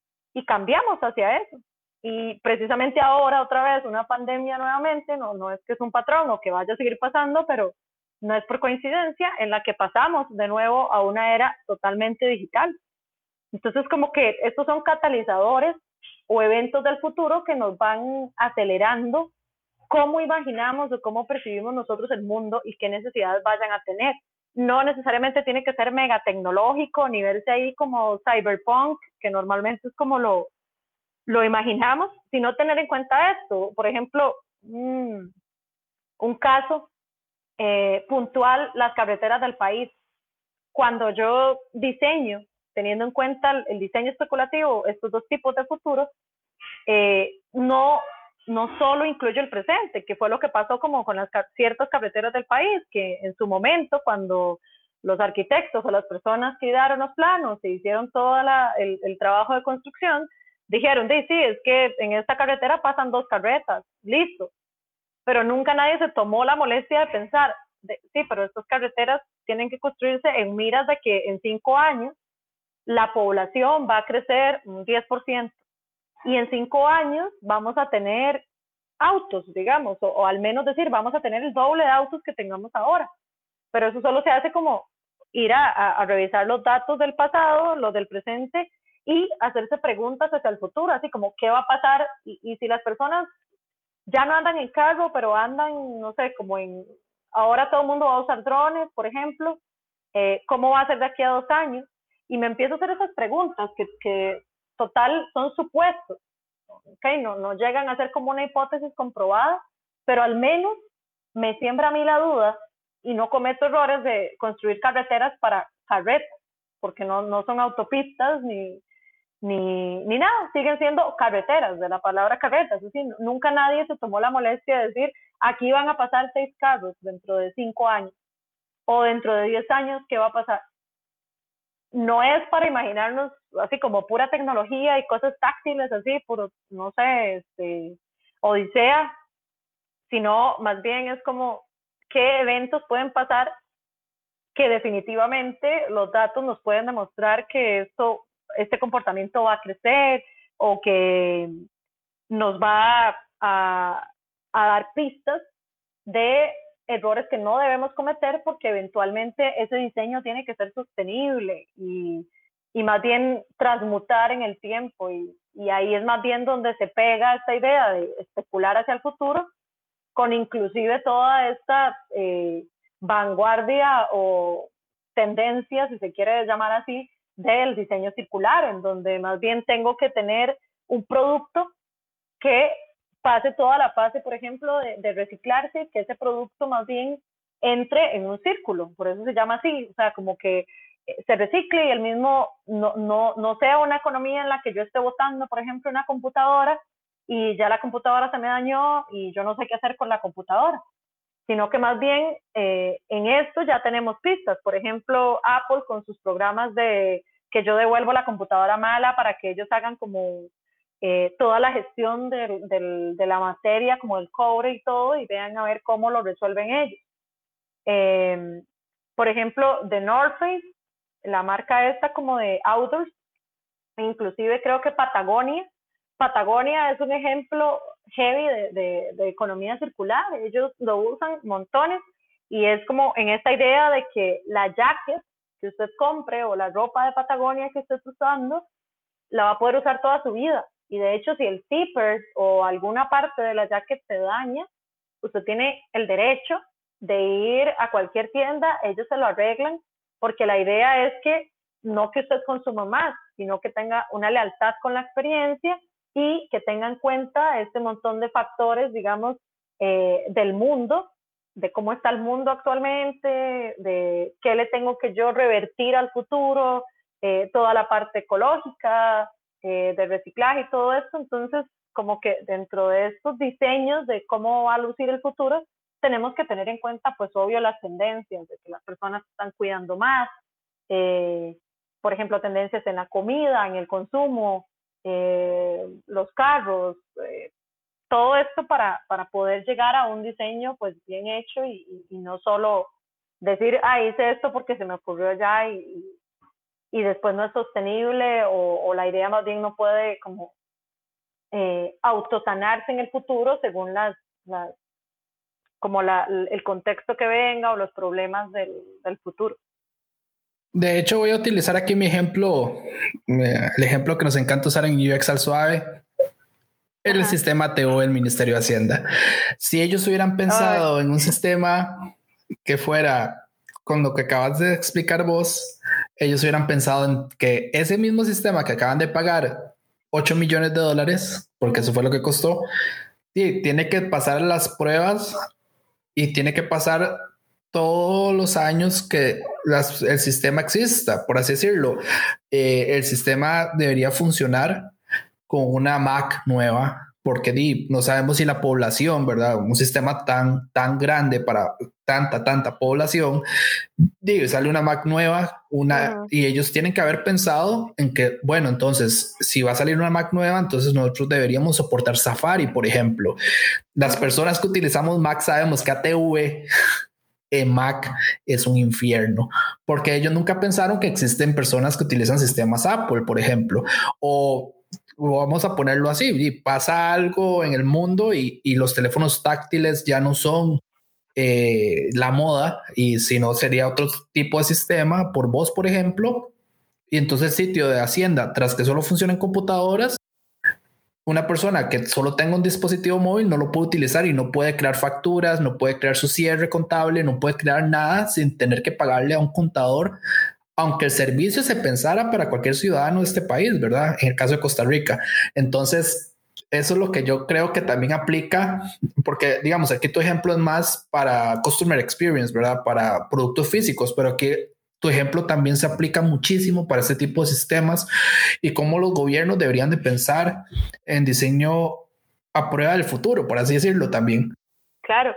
Speaker 3: y cambiamos hacia eso. Y precisamente ahora, otra vez, una pandemia nuevamente, no, no es que es un patrón o que vaya a seguir pasando, pero no es por coincidencia, en la que pasamos de nuevo a una era totalmente digital. Entonces, como que estos son catalizadores o eventos del futuro que nos van acelerando cómo imaginamos o cómo percibimos nosotros el mundo y qué necesidades vayan a tener. No necesariamente tiene que ser mega tecnológico, ni verse ahí como cyberpunk, que normalmente es como lo, lo imaginamos, sino tener en cuenta esto. Por ejemplo, mmm, un caso eh, puntual, las carreteras del país. Cuando yo diseño, teniendo en cuenta el, el diseño especulativo, estos dos tipos de futuros, eh, no, no solo incluye el presente, que fue lo que pasó como con las ciertas carreteras del país, que en su momento, cuando los arquitectos o las personas que idearon los planos e hicieron todo la, el, el trabajo de construcción, dijeron, sí, sí, es que en esta carretera pasan dos carretas, listo. Pero nunca nadie se tomó la molestia de pensar, de, sí, pero estas carreteras tienen que construirse en miras de que en cinco años la población va a crecer un diez por ciento y en cinco años vamos a tener autos, digamos, o, o al menos decir, vamos a tener el doble de autos que tengamos ahora. Pero eso solo se hace como ir a, a, a revisar los datos del pasado, los del presente y hacerse preguntas hacia el futuro, así como qué va a pasar y, y si las personas ya no andan en carro, pero andan, no sé, como en ahora todo el mundo va a usar drones, por ejemplo, eh, ¿cómo va a ser de aquí a dos años? Y me empiezo a hacer esas preguntas que, que total son supuestos, ¿okay? no, no llegan a ser como una hipótesis comprobada, pero al menos me siembra a mí la duda y no cometo errores de construir carreteras para carretas, porque no, no son autopistas ni, ni, ni nada, siguen siendo carreteras, de la palabra carretas. Es decir, nunca nadie se tomó la molestia de decir, aquí van a pasar seis carros dentro de cinco años, o dentro de diez años, ¿qué va a pasar? No es para imaginarnos así como pura tecnología y cosas táctiles así, puro, no sé, este, odisea, sino más bien es como qué eventos pueden pasar que definitivamente los datos nos pueden demostrar que esto, este comportamiento va a crecer o que nos va a, a dar pistas de errores que no debemos cometer, porque eventualmente ese diseño tiene que ser sostenible y, y más bien transmutar en el tiempo, y, y ahí es más bien donde se pega esta idea de especular hacia el futuro, con inclusive toda esta eh, vanguardia o tendencia, si se quiere llamar así, del diseño circular, en donde más bien tengo que tener un producto que pase toda la fase, por ejemplo, de, de reciclarse, que ese producto más bien entre en un círculo, por eso se llama así, o sea, como que se recicle y el mismo no, no, no sea una economía en la que yo esté botando, por ejemplo, una computadora y ya la computadora se me dañó y yo no sé qué hacer con la computadora, sino que más bien eh, en esto ya tenemos pistas. Por ejemplo, Apple con sus programas de que yo devuelvo la computadora mala para que ellos hagan como eh, toda la gestión de, de, de la materia, como el cobre y todo, y vean a ver cómo lo resuelven ellos. Eh, por ejemplo, de North Face, la marca esta como de outdoors, inclusive creo que Patagonia, Patagonia es un ejemplo heavy de, de, de economía circular. Ellos lo usan montones y es como en esta idea de que la jacket que usted compre o la ropa de Patagonia que usted está usando la va a poder usar toda su vida, y de hecho si el zipper o alguna parte de la jacket se daña, usted tiene el derecho de ir a cualquier tienda, ellos se lo arreglan, porque la idea es que no que usted consuma más, sino que tenga una lealtad con la experiencia y que tenga en cuenta este montón de factores, digamos, eh, del mundo, de cómo está el mundo actualmente, de qué le tengo que yo revertir al futuro, eh, toda la parte ecológica, eh, de reciclaje y todo esto. Entonces, como que dentro de estos diseños de cómo va a lucir el futuro, tenemos que tener en cuenta, pues obvio, las tendencias, de que las personas están cuidando más, eh, por ejemplo, tendencias en la comida, en el consumo, eh, los carros, eh, todo esto para, para poder llegar a un diseño pues bien hecho y, y, y no solo decir, ah, hice esto porque se me ocurrió ya y, y, y después no es sostenible, o, o la idea más bien no puede como eh, autosanarse en el futuro según las, las como la, el contexto que venga o los problemas del, del futuro.
Speaker 2: De hecho, voy a utilizar aquí mi ejemplo, el ejemplo que nos encanta usar en U X al suave, el Ajá. sistema T O del Ministerio de Hacienda. Si ellos hubieran pensado Ay. en un sistema que fuera con lo que acabas de explicar vos, ellos hubieran pensado en que ese mismo sistema que acaban de pagar ocho millones de dólares, porque eso fue lo que costó, y tiene que pasar las pruebas y tiene que pasar todos los años que las, el sistema exista, por así decirlo. Eh, el sistema debería funcionar con una Mac nueva, porque di, no sabemos si la población, ¿verdad? Un sistema tan, tan grande para tanta, tanta población, di, sale una Mac nueva, una, uh-huh. y ellos tienen que haber pensado en que, bueno, entonces, si va a salir una Mac nueva, entonces nosotros deberíamos soportar Safari, por ejemplo. Las uh-huh. personas que utilizamos Mac sabemos que A T V en Mac es un infierno, porque ellos nunca pensaron que existen personas que utilizan sistemas Apple, por ejemplo, o vamos a ponerlo así, y pasa algo en el mundo y, y los teléfonos táctiles ya no son eh, la moda, y si no sería otro tipo de sistema por voz, por ejemplo, y entonces el sitio de Hacienda, tras que solo funciona en computadoras, una persona que solo tenga un dispositivo móvil no lo puede utilizar y no puede crear facturas, no puede crear su cierre contable, no puede crear nada sin tener que pagarle a un contador, aunque el servicio se pensara para cualquier ciudadano de este país, ¿verdad? En el caso de Costa Rica. Entonces, eso es lo que yo creo que también aplica, porque digamos, aquí tu ejemplo es más para customer experience, ¿verdad? Para productos físicos, pero aquí tu ejemplo también se aplica muchísimo para este tipo de sistemas y cómo los gobiernos deberían de pensar en diseño a prueba del futuro, por así decirlo también.
Speaker 3: Claro.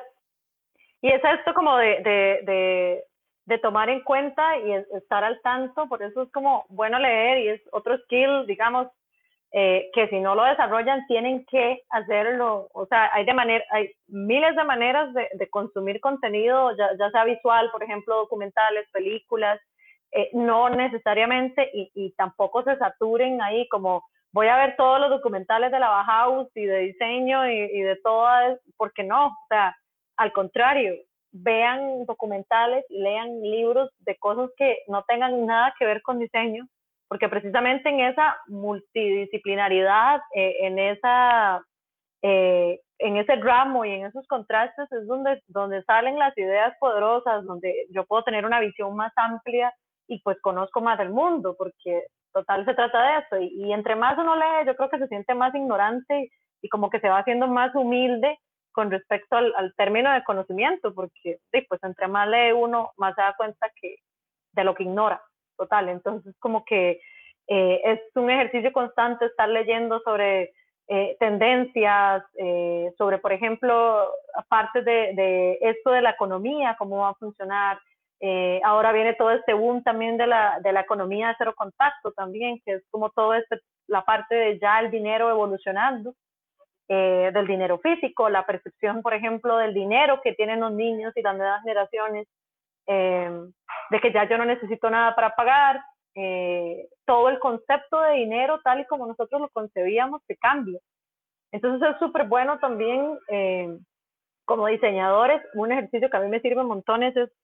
Speaker 3: Y es esto como de, de, de, de tomar en cuenta y estar al tanto, por eso es como bueno leer y es otro skill, digamos, eh, que si no lo desarrollan tienen que hacerlo. O sea, hay, de manera, hay miles de maneras de, de consumir contenido, ya, ya sea visual, por ejemplo, documentales, películas, eh, no necesariamente y, y tampoco se saturen ahí como voy a ver todos los documentales de la Bauhaus y de diseño y, y de todas, porque no, o sea, al contrario, vean documentales y lean libros de cosas que no tengan nada que ver con diseño, porque precisamente en esa multidisciplinaridad, eh, en, esa, eh, en ese ramo y en esos contrastes es donde, donde salen las ideas poderosas, donde yo puedo tener una visión más amplia y pues conozco más del mundo, porque total se trata de eso. Y, y entre más uno lee, yo creo que se siente más ignorante y, y como que se va haciendo más humilde con respecto al, al término de conocimiento, porque sí, pues entre más lee uno, más se da cuenta que de lo que ignora, total. Entonces como que eh, es un ejercicio constante estar leyendo sobre eh, tendencias, eh, sobre, por ejemplo, partes de, de esto de la economía, cómo va a funcionar. Eh, ahora viene todo este boom también de la, de la economía de cero contacto también, que es como todo este, la parte de ya el dinero evolucionando. Eh, del dinero físico, la percepción, por ejemplo, del dinero que tienen los niños y las nuevas generaciones, eh, de que ya yo no necesito nada para pagar, eh, todo el concepto de dinero tal y como nosotros lo concebíamos que cambia. Entonces es súper bueno también, eh, como diseñadores, un ejercicio que a mí me sirve montones es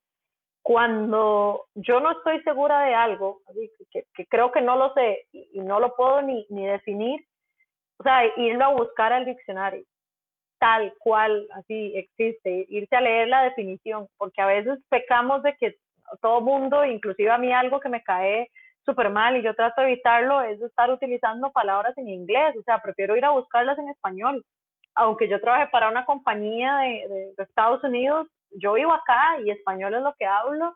Speaker 3: cuando yo no estoy segura de algo, que, que creo que no lo sé y, y no lo puedo ni, ni definir, o sea, irlo a buscar al diccionario, tal cual, así existe, irse a leer la definición, porque a veces pecamos de que todo mundo, inclusive a mí algo que me cae súper mal y yo trato de evitarlo, es estar utilizando palabras en inglés, o sea, prefiero ir a buscarlas en español. Aunque yo trabajé para una compañía de, de, de Estados Unidos, yo vivo acá y español es lo que hablo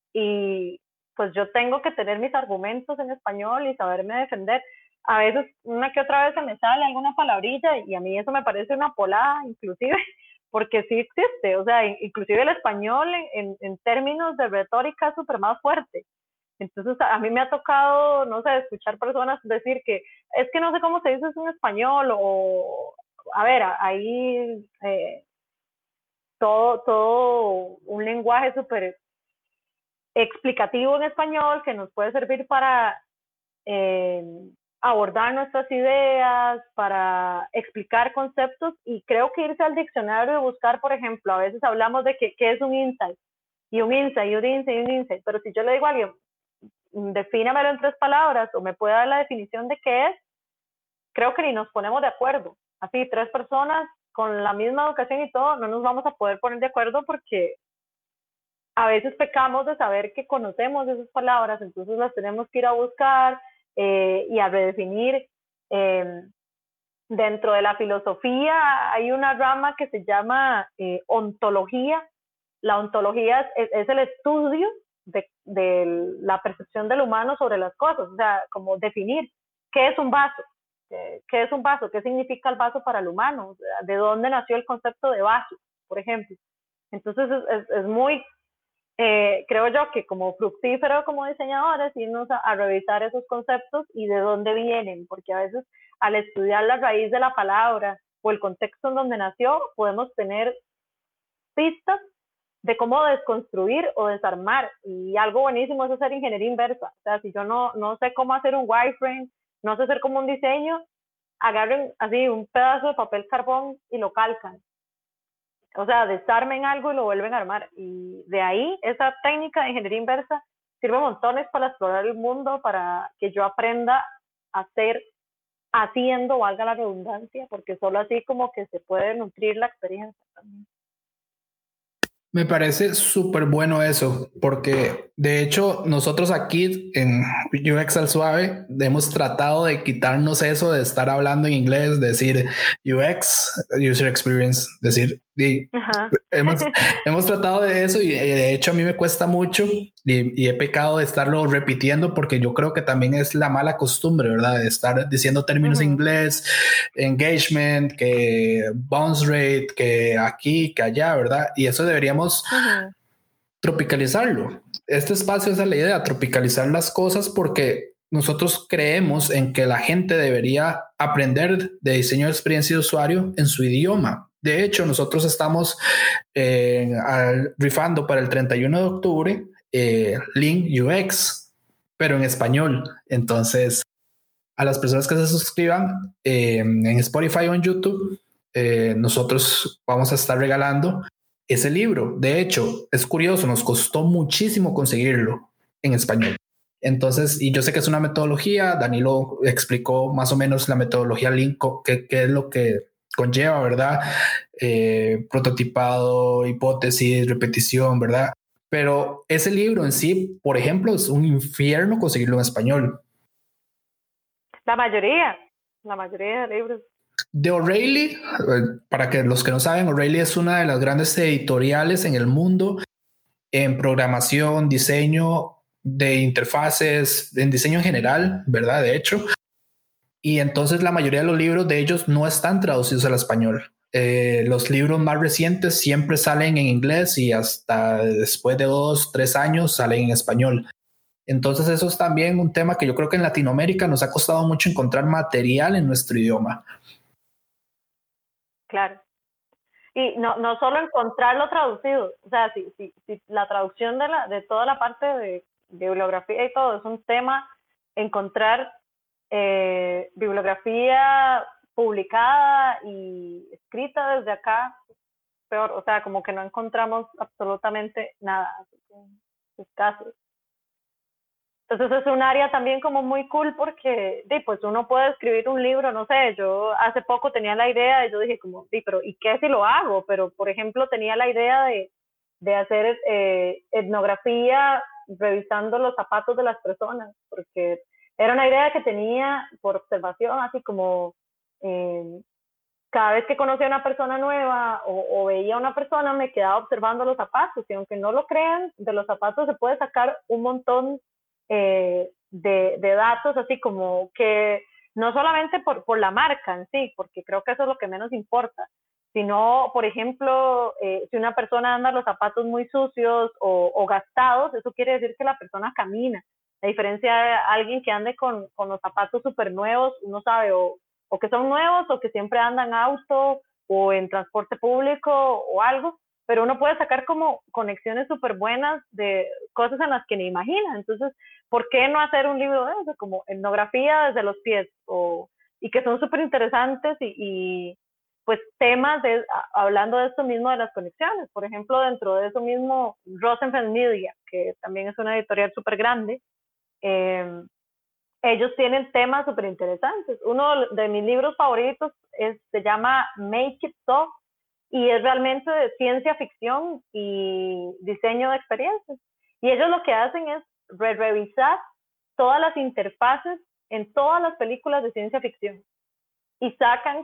Speaker 3: y pues yo tengo que tener mis argumentos en español y saberme defender. A veces una que otra vez se me sale alguna palabrilla y a mí eso me parece una polada inclusive, porque sí existe, o sea, inclusive el español en, en términos de retórica es súper más fuerte. Entonces a mí me ha tocado, no sé, escuchar personas decir que es que no sé cómo se dice eso en español o, a ver, ahí eh, todo, todo un lenguaje súper explicativo en español que nos puede servir para eh, abordar nuestras ideas, para explicar conceptos y creo que irse al diccionario y buscar, por ejemplo, a veces hablamos de que, qué es un insight y un insight y un insight y un insight, pero si yo le digo a alguien, defínamelo en tres palabras o me puede dar la definición de qué es, creo que ni nos ponemos de acuerdo. Así, tres personas con la misma educación y todo, no nos vamos a poder poner de acuerdo porque a veces pecamos de saber que conocemos esas palabras, entonces las tenemos que ir a buscar eh, y a redefinir. Eh, dentro de la filosofía hay una rama que se llama eh, ontología. La ontología es, es el estudio de, de la percepción del humano sobre las cosas, o sea, como definir qué es un vaso, qué es un vaso, qué significa el vaso para el humano, o sea, de dónde nació el concepto de vaso, por ejemplo. Entonces es, es, es muy, eh, creo yo que como fructífero como diseñadores irnos a, a revisar esos conceptos y de dónde vienen, porque a veces al estudiar la raíz de la palabra o el contexto en donde nació, podemos tener pistas de cómo desconstruir o desarmar. Y algo buenísimo es hacer ingeniería inversa. O sea, si yo no, no sé cómo hacer un wireframe, no sé hacer como un diseño, agarren así un pedazo de papel carbón y lo calcan. O sea, desarmen algo y lo vuelven a armar. Y de ahí, esa técnica de ingeniería inversa sirve montones para explorar el mundo, para que yo aprenda a ser haciendo, valga la redundancia, porque solo así como que se puede nutrir la experiencia también.
Speaker 2: Me parece súper bueno eso, porque de hecho nosotros aquí en U X al Suave hemos tratado de quitarnos eso de estar hablando en inglés, decir U X, User Experience, decir, y hemos, hemos tratado de eso y de hecho a mí me cuesta mucho y, y he pecado de estarlo repitiendo porque yo creo que también es la mala costumbre, ¿verdad? De estar diciendo términos uh-huh. en inglés, engagement, que bounce rate, que aquí, que allá, ¿verdad? Y eso deberíamos uh-huh. tropicalizarlo. Este espacio es la idea, tropicalizar las cosas porque nosotros creemos en que la gente debería aprender de diseño de experiencia de usuario en su idioma. De hecho, nosotros estamos eh, al, rifando para el treinta y uno de octubre eh, Link U X, pero en español. Entonces, a las personas que se suscriban eh, en Spotify o en YouTube, eh, nosotros vamos a estar regalando ese libro. De hecho, es curioso, nos costó muchísimo conseguirlo en español. Entonces, y yo sé que es una metodología, Danilo explicó más o menos la metodología Link, que, que es lo que conlleva, ¿verdad? Eh, prototipado, hipótesis, repetición, ¿verdad? Pero ese libro en sí, por ejemplo, es un infierno conseguirlo en español.
Speaker 3: La mayoría, la mayoría de libros.
Speaker 2: De O'Reilly, para que los que no saben, O'Reilly es una de las grandes editoriales en el mundo en programación, diseño de interfaces, en diseño en general, ¿verdad? De hecho. Y entonces la mayoría de los libros de ellos no están traducidos al español. Eh, los libros más recientes siempre salen en inglés y hasta después de dos, tres años salen en español. Entonces eso es también un tema que yo creo que en Latinoamérica nos ha costado mucho encontrar material en nuestro idioma.
Speaker 3: Claro. Y no, no solo encontrarlo traducido, o sea, si, si, si la traducción de, la, de toda la parte de, de bibliografía y todo es un tema, encontrar eh, bibliografía publicada y escrita desde acá, peor, o sea, como que no encontramos absolutamente nada, escasos. Entonces es un área también como muy cool porque sí, pues uno puede escribir un libro, no sé, yo hace poco tenía la idea y yo dije como, sí, pero ¿y qué si lo hago? Pero por ejemplo tenía la idea de, de hacer eh, etnografía revisando los zapatos de las personas, porque era una idea que tenía por observación, así como eh, cada vez que conocía a una persona nueva o, o veía a una persona me quedaba observando los zapatos y aunque no lo crean, de los zapatos se puede sacar un montón Eh, de, de datos, así como que no solamente por, por la marca en sí, porque creo que eso es lo que menos importa, sino, por ejemplo, eh, si una persona anda los zapatos muy sucios o, o gastados, eso quiere decir que la persona camina. A diferencia de alguien que ande con, con los zapatos súper nuevos, uno sabe o, o que son nuevos o que siempre andan en auto o en transporte público o algo, pero uno puede sacar como conexiones súper buenas de cosas en las que ni imagina. Entonces, ¿por qué no hacer un libro de eso? Como etnografía desde los pies, o, y que son súper interesantes y, y pues temas de, hablando de esto mismo de las conexiones. Por ejemplo, dentro de eso mismo, Rosenfeld Media, que también es una editorial súper grande, eh, ellos tienen temas súper interesantes. Uno de mis libros favoritos es, se llama Make It So, y es realmente de ciencia ficción y diseño de experiencias. Y ellos lo que hacen es re revisar todas las interfaces en todas las películas de ciencia ficción y sacan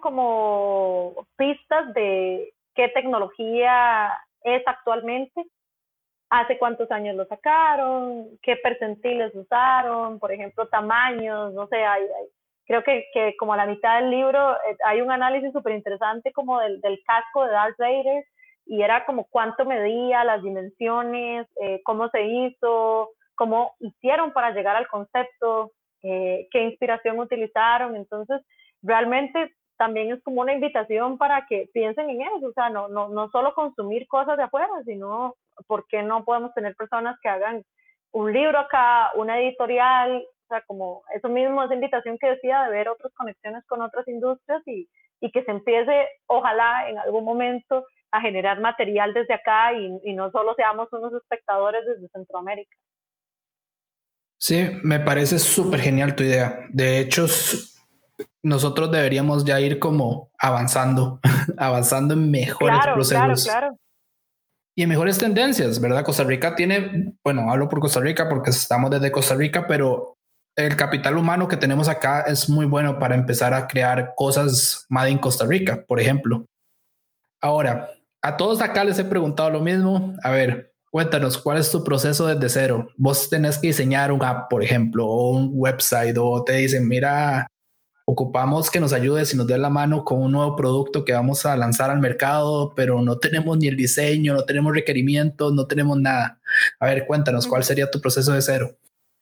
Speaker 3: como pistas de qué tecnología es actualmente, hace cuántos años lo sacaron, qué percentiles usaron, por ejemplo, tamaños, no sé, hay, hay creo que, que como a la mitad del libro eh, hay un análisis súper interesante como del, del casco de Darth Vader y era como cuánto medía, las dimensiones, eh, cómo se hizo, cómo hicieron para llegar al concepto, eh, qué inspiración utilizaron. Entonces realmente también es como una invitación para que piensen en eso, o sea, no, no, no solo consumir cosas de afuera, sino por qué no podemos tener personas que hagan un libro acá, una editorial, o sea, como eso mismo, esa invitación que decía de ver otras conexiones con otras industrias y, y que se empiece, ojalá en algún momento, a generar material desde acá y, y no solo seamos unos espectadores desde Centroamérica.
Speaker 2: Sí, me parece súper genial tu idea. De hecho, nosotros deberíamos ya ir como avanzando, avanzando en mejores
Speaker 3: Claro,
Speaker 2: procesos.
Speaker 3: claro, claro.
Speaker 2: Y en mejores tendencias, ¿verdad? Costa Rica tiene, bueno, hablo por Costa Rica porque estamos desde Costa Rica, pero el capital humano que tenemos acá es muy bueno para empezar a crear cosas made in Costa Rica, por ejemplo. Ahora, a todos acá les he preguntado lo mismo. A ver, cuéntanos, ¿cuál es tu proceso desde cero? Vos tenés que diseñar un app, por ejemplo, o un website, o te dicen, mira, ocupamos que nos ayudes y nos des la mano con un nuevo producto que vamos a lanzar al mercado, pero no tenemos ni el diseño, no tenemos requerimientos, no tenemos nada. A ver, cuéntanos, ¿cuál sería tu proceso de cero?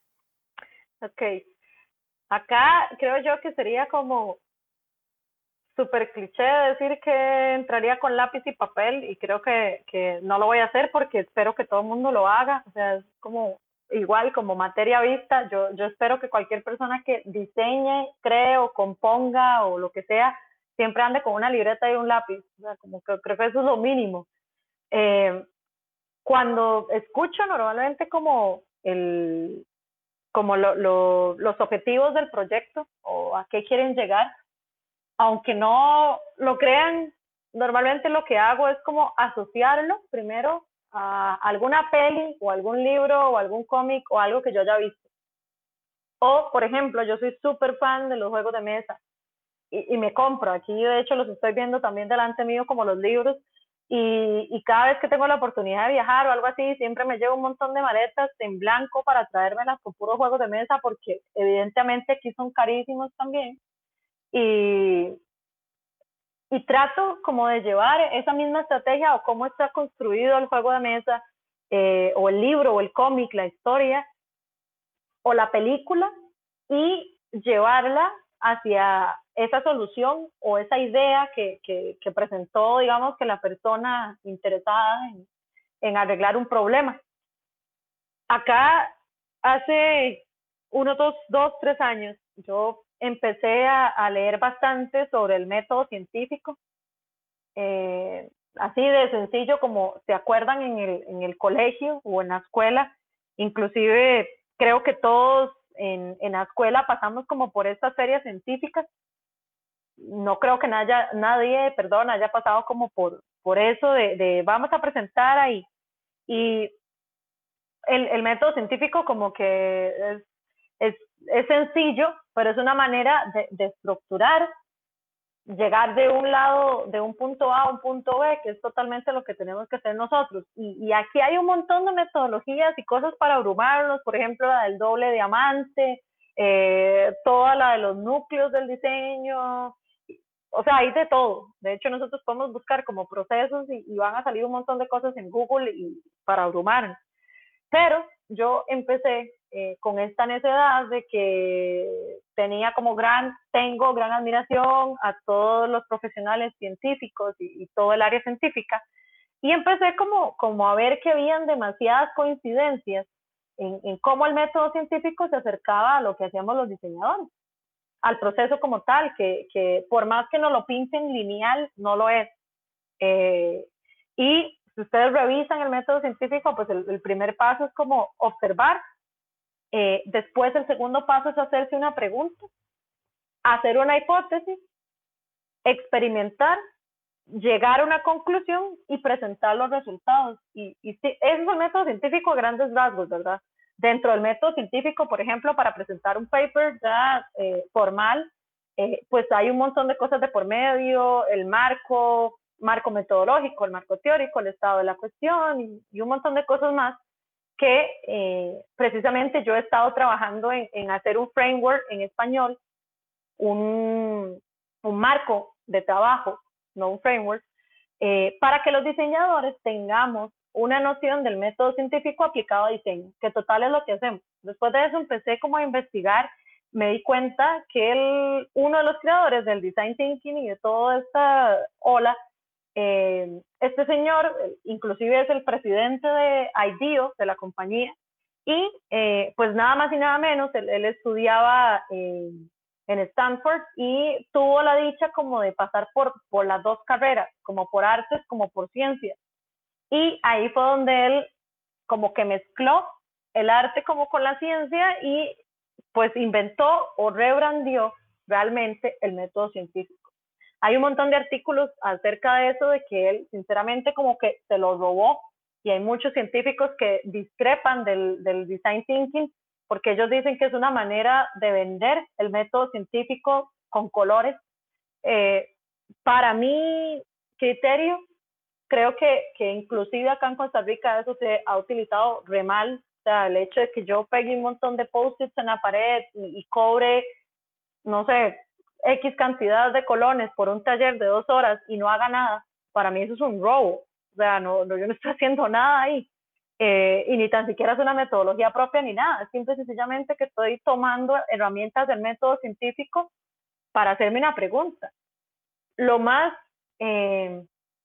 Speaker 3: Ok. Acá creo yo que sería como súper cliché decir que entraría con lápiz y papel, y creo que, que no lo voy a hacer porque espero que todo el mundo lo haga. O sea, es como igual como materia vista. Yo, yo espero que cualquier persona que diseñe, cree o componga o lo que sea, siempre ande con una libreta y un lápiz. O sea, como que creo que eso es lo mínimo. Eh, cuando escucho normalmente como el como lo, lo, los objetivos del proyecto o a qué quieren llegar, aunque no lo crean, normalmente lo que hago es como asociarlo primero a alguna peli o algún libro o algún cómic o algo que yo haya visto. O, por ejemplo, yo soy súper fan de los juegos de mesa y, y me compro, aquí de hecho los estoy viendo también delante mío como los libros, y, y cada vez que tengo la oportunidad de viajar o algo así, siempre me llevo un montón de maletas en blanco para traérmelas con puros juegos de mesa, porque evidentemente aquí son carísimos también. Y, y trato como de llevar esa misma estrategia o cómo está construido el juego de mesa, eh, o el libro o el cómic, la historia o la película, y llevarla hacia esa solución o esa idea que, que, que presentó, digamos, que la persona interesada en, en arreglar un problema. Acá hace unos dos, dos, tres años, yo empecé a, a leer bastante sobre el método científico, eh, así de sencillo como se acuerdan en el, en el colegio o en la escuela. Inclusive creo que todos en, en la escuela pasamos como por estas ferias científicas. No creo que nadie, nadie perdón, haya pasado como por, por eso de, de vamos a presentar ahí. Y el, el método científico como que es, es, es sencillo, pero es una manera de, de estructurar, llegar de un lado, de un punto A a un punto B, que es totalmente lo que tenemos que hacer nosotros. Y, y aquí hay un montón de metodologías y cosas para abrumarlos, por ejemplo, la del doble diamante, eh, toda la de los núcleos del diseño. O sea, hay de todo. De hecho, nosotros podemos buscar como procesos y, y van a salir un montón de cosas en Google y, para abrumarnos. Pero yo empecé eh, con esta necesidad de que tenía como gran, tengo gran admiración a todos los profesionales científicos y, y todo el área científica, y empecé como, como a ver que habían demasiadas coincidencias en, en cómo el método científico se acercaba a lo que hacíamos los diseñadores, al proceso como tal, que, que por más que nos lo pinten lineal, no lo es. Eh, y si ustedes revisan el método científico, pues el, el primer paso es como observar, eh, después el segundo paso es hacerse una pregunta, hacer una hipótesis, experimentar, llegar a una conclusión y presentar los resultados. Y, y sí, ese es el método científico a grandes rasgos, ¿verdad? Dentro del método científico, por ejemplo, para presentar un paper ya eh, formal, eh, pues hay un montón de cosas de por medio, el marco, marco metodológico, el marco teórico, el estado de la cuestión y, y un montón de cosas más que eh, precisamente yo he estado trabajando en, en hacer un framework en español, un, un marco de trabajo, no un framework, eh, para que los diseñadores tengamos una noción del método científico aplicado a diseño, que total es lo que hacemos. Después de eso empecé como a investigar, me di cuenta que el, uno de los creadores del design thinking y de toda esta ola, eh, este señor inclusive es el presidente de IDEO, de la compañía, y eh, pues nada más y nada menos, él, él estudiaba eh, en Stanford y tuvo la dicha como de pasar por, por las dos carreras, como por artes, como por ciencias. Y ahí fue donde él como que mezcló el arte como con la ciencia y pues inventó o rebrandió realmente el método científico. Hay un montón de artículos acerca de eso, de que él sinceramente como que se lo robó, y hay muchos científicos que discrepan del, del design thinking, porque ellos dicen que es una manera de vender el método científico con colores. Eh, para mi criterio, creo que, que inclusive acá en Costa Rica eso se ha utilizado re mal. O sea, el hecho de que yo pegue un montón de post-its en la pared y, y cobre, no sé, X cantidad de colones por un taller de dos horas y no haga nada, para mí eso es un robo. O sea, no, no yo no estoy haciendo nada ahí. Eh, y ni tan siquiera es una metodología propia ni nada. Es simple y sencillamente que estoy tomando herramientas del método científico para hacerme una pregunta. Lo más eh,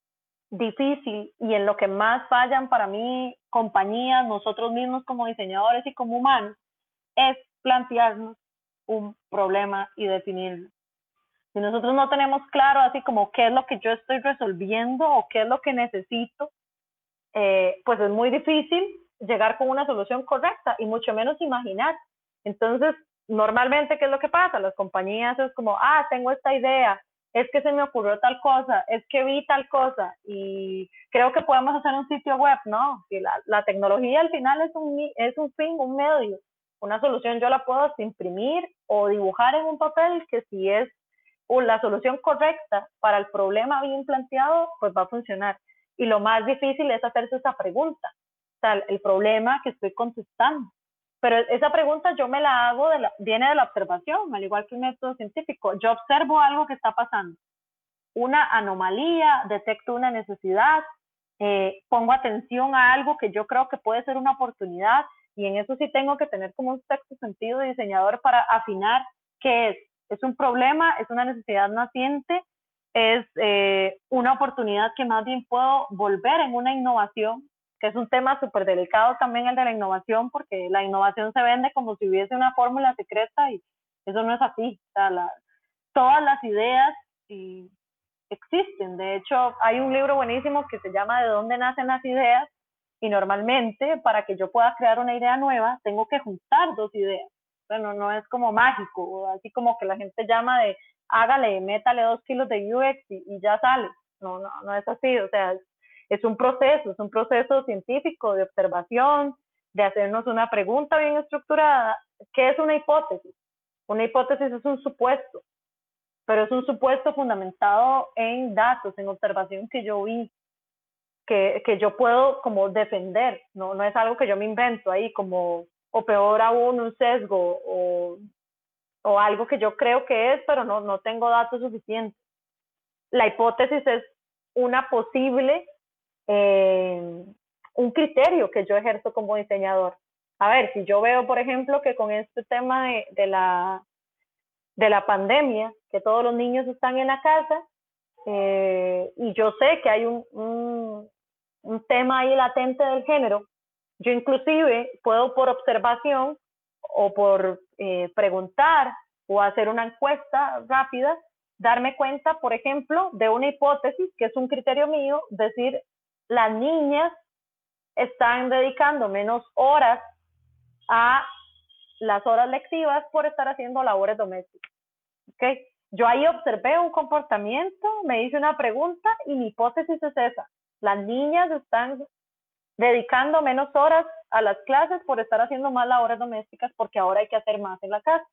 Speaker 3: difícil y en lo que más fallan para mí compañías, nosotros mismos como diseñadores y como humanos, es plantearnos un problema y definirlo. Si nosotros no tenemos claro así como qué es lo que yo estoy resolviendo o qué es lo que necesito, eh, pues es muy difícil llegar con una solución correcta y mucho menos imaginar. Entonces, normalmente, ¿qué es lo que pasa? Las compañías es como, ah, tengo esta idea, es que se me ocurrió tal cosa, es que vi tal cosa y creo que podemos hacer un sitio web. No, si la, la tecnología al final es un, es un fin, un medio. Una solución yo la puedo imprimir o dibujar en un papel que si es la solución correcta para el problema bien planteado, pues va a funcionar. Y lo más difícil es hacerse esa pregunta, o sea, el problema que estoy contestando. Pero esa pregunta yo me la hago, de la, viene de la observación, al igual que un método científico. Yo observo algo que está pasando, una anomalía, detecto una necesidad, eh, pongo atención a algo que yo creo que puede ser una oportunidad, y en eso sí tengo que tener como un sexto sentido de diseñador para afinar qué es. ¿Es un problema? ¿Es una necesidad naciente? ¿Es eh, una oportunidad que más bien puedo volver en una innovación? Que es un tema súper delicado también el de la innovación, porque la innovación se vende como si hubiese una fórmula secreta y eso no es así. O sea, la, todas las ideas y existen. De hecho, hay un libro buenísimo que se llama ¿De dónde nacen las ideas? Y normalmente para que yo pueda crear una idea nueva tengo que juntar dos ideas. Bueno, no es como mágico, así como que la gente llama de hágale, métale dos kilos de U X y, y ya sale. No, no, no es así. O sea, es, es un proceso, es un proceso científico de observación, de hacernos una pregunta bien estructurada. ¿Qué es una hipótesis? Una hipótesis es un supuesto, pero es un supuesto fundamentado en datos, en observación que yo vi, que, que yo puedo como defender, no, no es algo que yo me invento ahí como, o peor aún, un sesgo o, o algo que yo creo que es, pero no, no tengo datos suficientes. La hipótesis es una posible, eh, un criterio que yo ejerzo como diseñador. A ver, si yo veo, por ejemplo, que con este tema de, de la de la pandemia, que todos los niños están en la casa, eh, y yo sé que hay un, un, un tema ahí latente del género, yo inclusive puedo por observación o por eh, preguntar o hacer una encuesta rápida, darme cuenta, por ejemplo, de una hipótesis, que es un criterio mío, decir, las niñas están dedicando menos horas a las horas lectivas por estar haciendo labores domésticas. ¿Okay? Yo ahí observé un comportamiento, me hice una pregunta y mi hipótesis es esa. Las niñas están dedicando menos horas a las clases por estar haciendo más labores domésticas porque ahora hay que hacer más en la casa.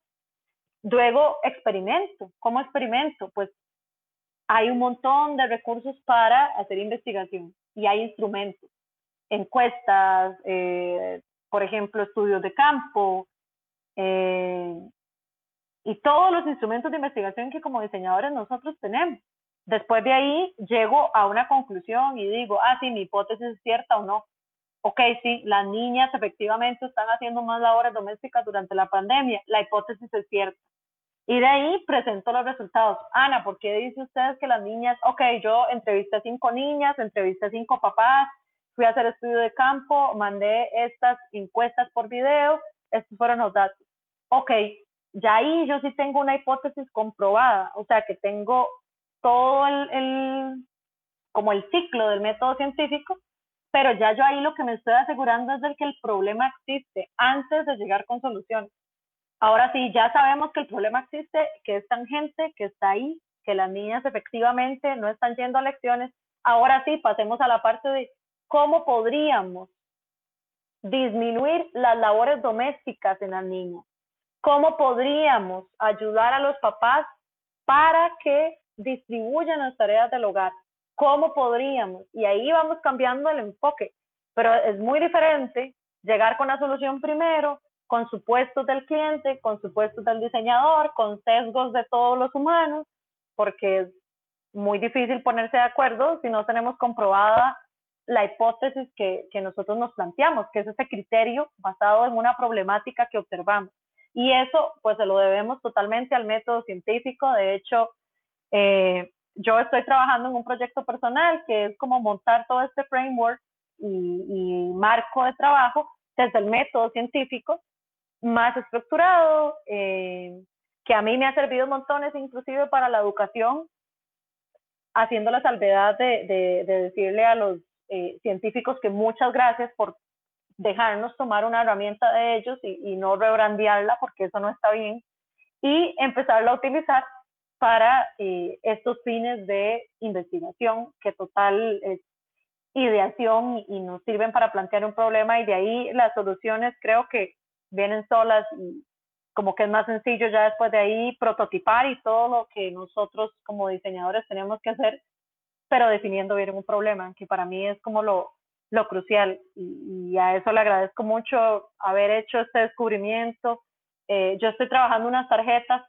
Speaker 3: Luego experimento. ¿Cómo experimento? Pues hay un montón de recursos para hacer investigación y hay instrumentos, encuestas, eh, por ejemplo, estudios de campo, eh, y todos los instrumentos de investigación que como diseñadores nosotros tenemos. Después de ahí llego a una conclusión y digo, ah, sí, mi hipótesis es cierta o no. Ok, sí, las niñas efectivamente están haciendo más labores domésticas durante la pandemia, la hipótesis es cierta. Y de ahí presento los resultados. Ana, ¿por qué dice usted que las niñas? Ok, yo entrevisté a cinco niñas, entrevisté a cinco papás, fui a hacer estudio de campo, mandé estas encuestas por video, estos fueron los datos. Ok, ya ahí yo sí tengo una hipótesis comprobada, o sea que tengo todo el, el como el ciclo del método científico, pero ya yo ahí lo que me estoy asegurando es de que el problema existe antes de llegar con soluciones. ahora sí, ya sabemos que el problema existe, que es tangente, que está ahí, que las niñas efectivamente no están yendo a lecciones. Ahora sí, pasemos a la parte de cómo podríamos disminuir las labores domésticas en las niñas. ¿Cómo podríamos ayudar a los papás para que distribuyan las tareas del hogar? ¿Cómo podríamos? Y ahí vamos cambiando el enfoque, pero es muy diferente llegar con la solución primero, con supuestos del cliente, con supuestos del diseñador, con sesgos de todos los humanos, porque es muy difícil ponerse de acuerdo si no tenemos comprobada la hipótesis que, que nosotros nos planteamos, que es ese criterio basado en una problemática que observamos. Y eso pues se lo debemos totalmente al método científico. De hecho, eh, yo estoy trabajando en un proyecto personal que es como montar todo este framework y, y marco de trabajo desde el método científico más estructurado, eh, que a mí me ha servido montones inclusive para la educación, haciendo la salvedad de, de, de decirle a los eh, científicos que muchas gracias por dejarnos tomar una herramienta de ellos y, y no rebrandearla, porque eso no está bien, y empezarla a utilizar para eh, estos fines de investigación, que total es ideación y, y nos sirven para plantear un problema, y de ahí las soluciones creo que vienen solas, y como que es más sencillo ya después de ahí prototipar y todo lo que nosotros como diseñadores tenemos que hacer, pero definiendo bien un problema, que para mí es como lo, lo crucial, y, y a eso le agradezco mucho haber hecho este descubrimiento. Eh, yo estoy trabajando unas tarjetas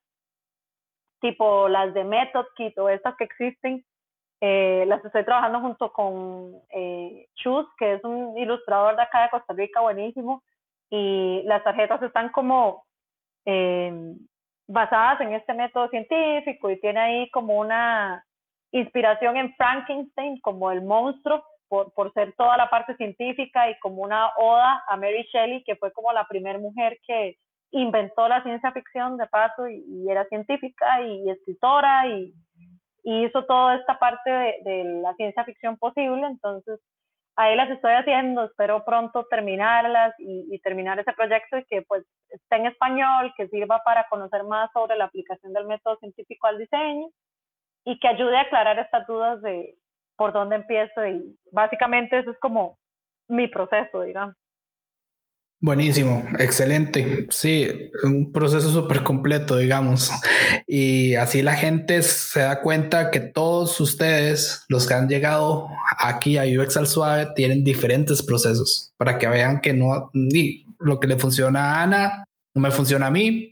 Speaker 3: tipo las de Method Kit o estas que existen, eh, las estoy trabajando junto con eh, Chus, que es un ilustrador de acá de Costa Rica buenísimo, y las tarjetas están como eh, basadas en este método científico, y tiene ahí como una inspiración en Frankenstein como el monstruo, por, por ser toda la parte científica, y como una oda a Mary Shelley, que fue como la primera mujer que inventó la ciencia ficción de paso, y, y era científica y, y escritora, y, y hizo toda esta parte de, de la ciencia ficción posible. Entonces ahí las estoy haciendo, espero pronto terminarlas y, y terminar ese proyecto, y que pues esté en español, que sirva para conocer más sobre la aplicación del método científico al diseño, y que ayude a aclarar estas dudas de por dónde empiezo, y básicamente eso es como mi proceso, digamos.
Speaker 2: Buenísimo, excelente. Sí, un proceso súper completo, digamos. Y así la gente se da cuenta que todos ustedes, los que han llegado aquí a U X al Suave, tienen diferentes procesos para que vean que no, ni lo que le funciona a Ana no me funciona a mí,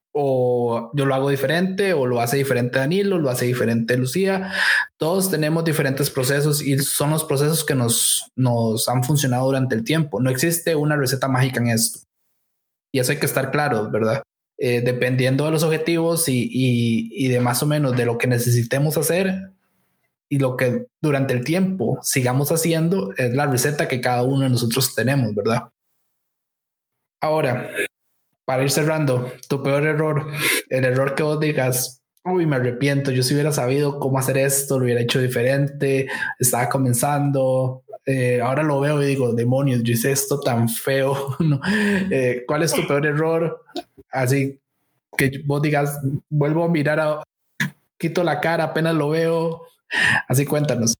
Speaker 2: o yo lo hago diferente, o lo hace diferente Danilo, lo hace diferente Lucía. Todos tenemos diferentes procesos, y son los procesos que nos, nos han funcionado durante el tiempo. No existe una receta mágica en esto, y eso hay que estar claro, ¿verdad? Eh, dependiendo de los objetivos y, y, y de más o menos de lo que necesitemos hacer y lo que durante el tiempo sigamos haciendo, es la receta que cada uno de nosotros tenemos, ¿verdad? Ahora, para ir cerrando, tu peor error, el error que vos digas, uy, me arrepiento, yo si hubiera sabido cómo hacer esto, lo hubiera hecho diferente, estaba comenzando, eh, ahora lo veo y digo, demonios, yo hice esto tan feo. ¿No? Eh, ¿cuál es tu peor error? Así que vos digas, vuelvo a mirar, a, quito la cara, apenas lo veo, así cuéntanos.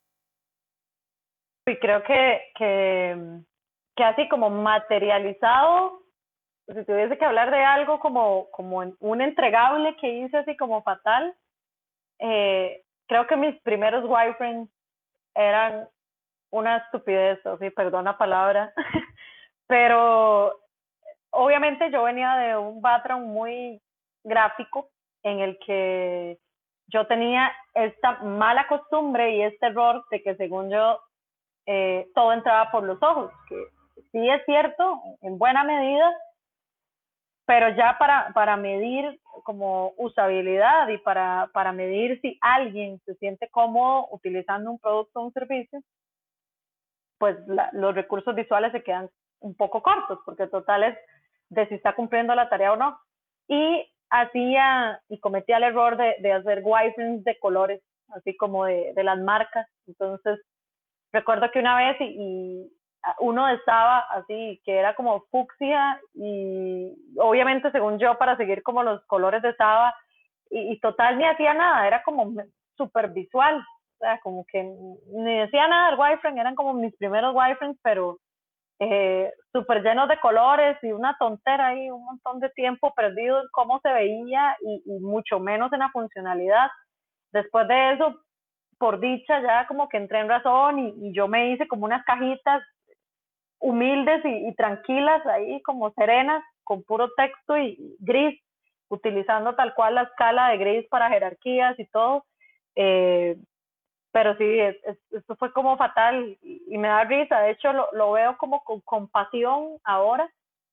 Speaker 3: Y creo que, que, que así como materializado, si tuviese que hablar de algo como, como un entregable que hice así como fatal, eh, creo que mis primeros wireframes eran una estupidez, o sí, perdón la palabra, pero obviamente yo venía de un background muy gráfico, en el que yo tenía esta mala costumbre y este error de que según yo eh, todo entraba por los ojos, que sí es cierto en buena medida, pero ya para, para medir como usabilidad, y para, para medir si alguien se siente cómodo utilizando un producto o un servicio, pues la, los recursos visuales se quedan un poco cortos, porque total es de si está cumpliendo la tarea o no. Y hacía y cometía el error de, de hacer wireframes de colores, así como de, de las marcas. Entonces recuerdo que una vez, y, y uno estaba así, que era como fucsia y obviamente según yo para seguir como los colores de Saba y, y total ni hacía nada, era como súper visual, o sea, como que ni decía nada del wireframe, eran como mis primeros wireframes, pero eh, súper llenos de colores y una tontera ahí, un montón de tiempo perdido en cómo se veía y, y mucho menos en la funcionalidad. Después de eso, por dicha, ya como que entré en razón y, y yo me hice como unas cajitas humildes y, y tranquilas ahí, como serenas, con puro texto y, y gris, utilizando tal cual la escala de gris para jerarquías y todo. Eh, pero sí, es, es, esto fue como fatal y, y me da risa. De hecho, lo, lo veo como con compasión ahora.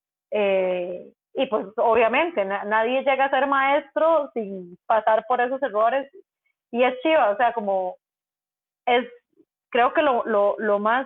Speaker 3: Eh, y pues obviamente na, nadie llega a ser maestro sin pasar por esos errores. Y es chiva, o sea, como es, creo que lo, lo, lo más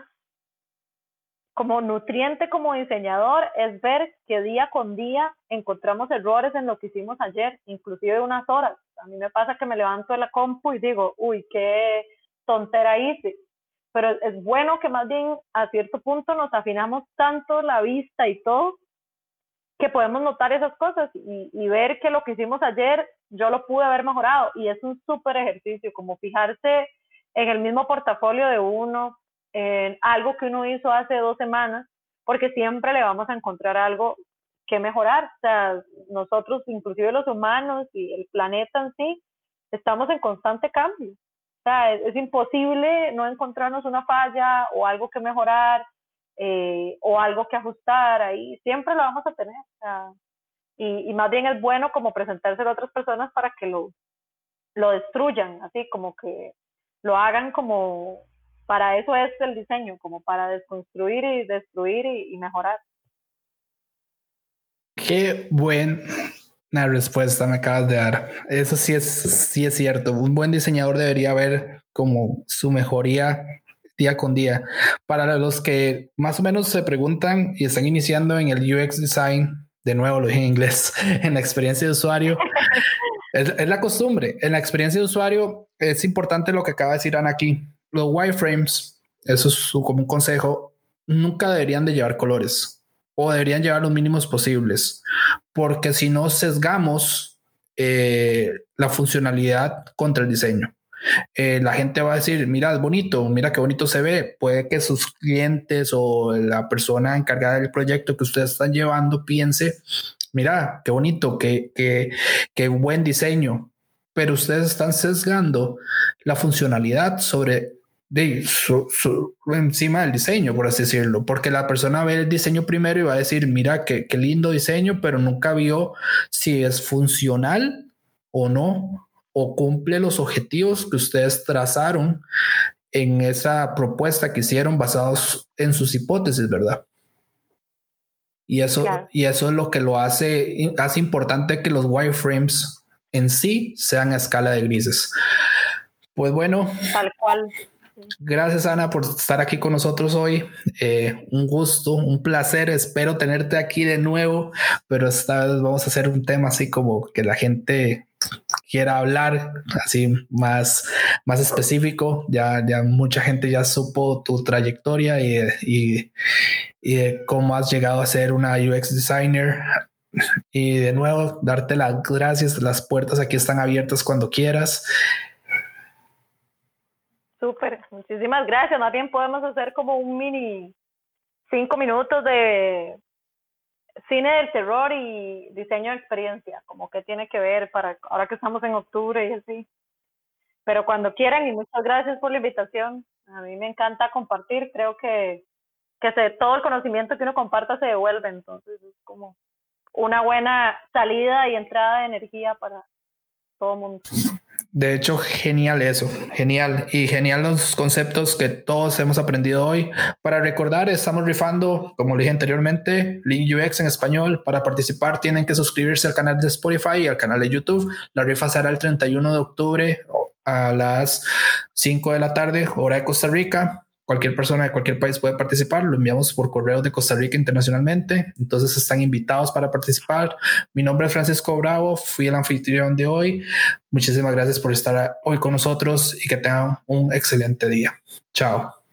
Speaker 3: como nutriente como diseñador es ver que día con día encontramos errores en lo que hicimos ayer, inclusive unas horas. A mí me pasa que me levanto de la compu y digo, uy, qué tontera hice. Pero es bueno que más bien a cierto punto nos afinamos tanto la vista y todo, que podemos notar esas cosas y, y ver que lo que hicimos ayer yo lo pude haber mejorado. Y es un súper ejercicio, como fijarse en el mismo portafolio de uno, en algo que uno hizo hace dos semanas, porque siempre le vamos a encontrar algo que mejorar. O sea, nosotros, inclusive los humanos y el planeta en sí, estamos en constante cambio. O sea, es, es imposible no encontrarnos una falla o algo que mejorar eh, o algo que ajustar ahí. Siempre lo vamos a tener. O sea, y, y más bien es bueno como presentárselo a otras personas para que lo, lo destruyan, así como que lo hagan como... Para eso es el diseño, como para desconstruir y destruir y, y mejorar.
Speaker 2: Qué buena respuesta me acabas de dar. Eso sí es, sí es cierto. Un buen diseñador debería ver como su mejoría día con día. Para los que más o menos se preguntan y están iniciando en el U X design, de nuevo lo dije en inglés, en la experiencia de usuario, es, es la costumbre. En la experiencia de usuario es importante lo que acaba de decir Ana aquí. Los wireframes, eso es su, como un consejo, nunca deberían de llevar colores o deberían llevar los mínimos posibles, porque si no sesgamos eh, la funcionalidad contra el diseño. Eh, la gente va a decir, mira, es bonito, mira qué bonito se ve. Puede que sus clientes o la persona encargada del proyecto que ustedes están llevando piense, mira, qué bonito, qué, qué, qué buen diseño, pero ustedes están sesgando la funcionalidad sobre de su, su, encima del diseño, por así decirlo, porque la persona ve el diseño primero y va a decir, mira qué, qué lindo diseño, pero nunca vio si es funcional o no, o cumple los objetivos que ustedes trazaron en esa propuesta que hicieron basados en sus hipótesis, ¿verdad? Y eso, claro. Y eso es lo que lo hace, hace importante que los wireframes en sí sean a escala de grises. Pues bueno.
Speaker 3: Tal cual.
Speaker 2: Gracias, Ana, por estar aquí con nosotros hoy. Eh, un gusto, un placer. Espero tenerte aquí de nuevo, pero esta vez vamos a hacer un tema así como que la gente quiera hablar, así más, más específico. Ya, ya mucha gente ya supo tu trayectoria y, y, y de cómo has llegado a ser una U X designer. Y de nuevo, darte las gracias. Las puertas aquí están abiertas cuando quieras.
Speaker 3: Súper, muchísimas gracias. Más bien podemos hacer como un mini cinco minutos de cine del terror y diseño de experiencia, como que tiene que ver para ahora que estamos en octubre y así. Pero cuando quieran, y muchas gracias por la invitación. A mí me encanta compartir, creo que, que se, todo el conocimiento que uno comparta se devuelve, entonces es como una buena salida y entrada de energía para todo el mundo.
Speaker 2: De hecho, genial eso, genial y genial los conceptos que todos hemos aprendido hoy. Para recordar, estamos rifando, como le dije anteriormente, Lean U X en español. Para participar tienen que suscribirse al canal de Spotify y al canal de YouTube. La rifa será el treinta y uno de octubre a las cinco de la tarde, hora de Costa Rica. Cualquier persona de cualquier país puede participar. Lo enviamos por correo de Costa Rica internacionalmente. Entonces están invitados para participar. Mi nombre es Francisco Bravo. Fui el anfitrión de hoy. Muchísimas gracias por estar hoy con nosotros y que tengan un excelente día. Chao.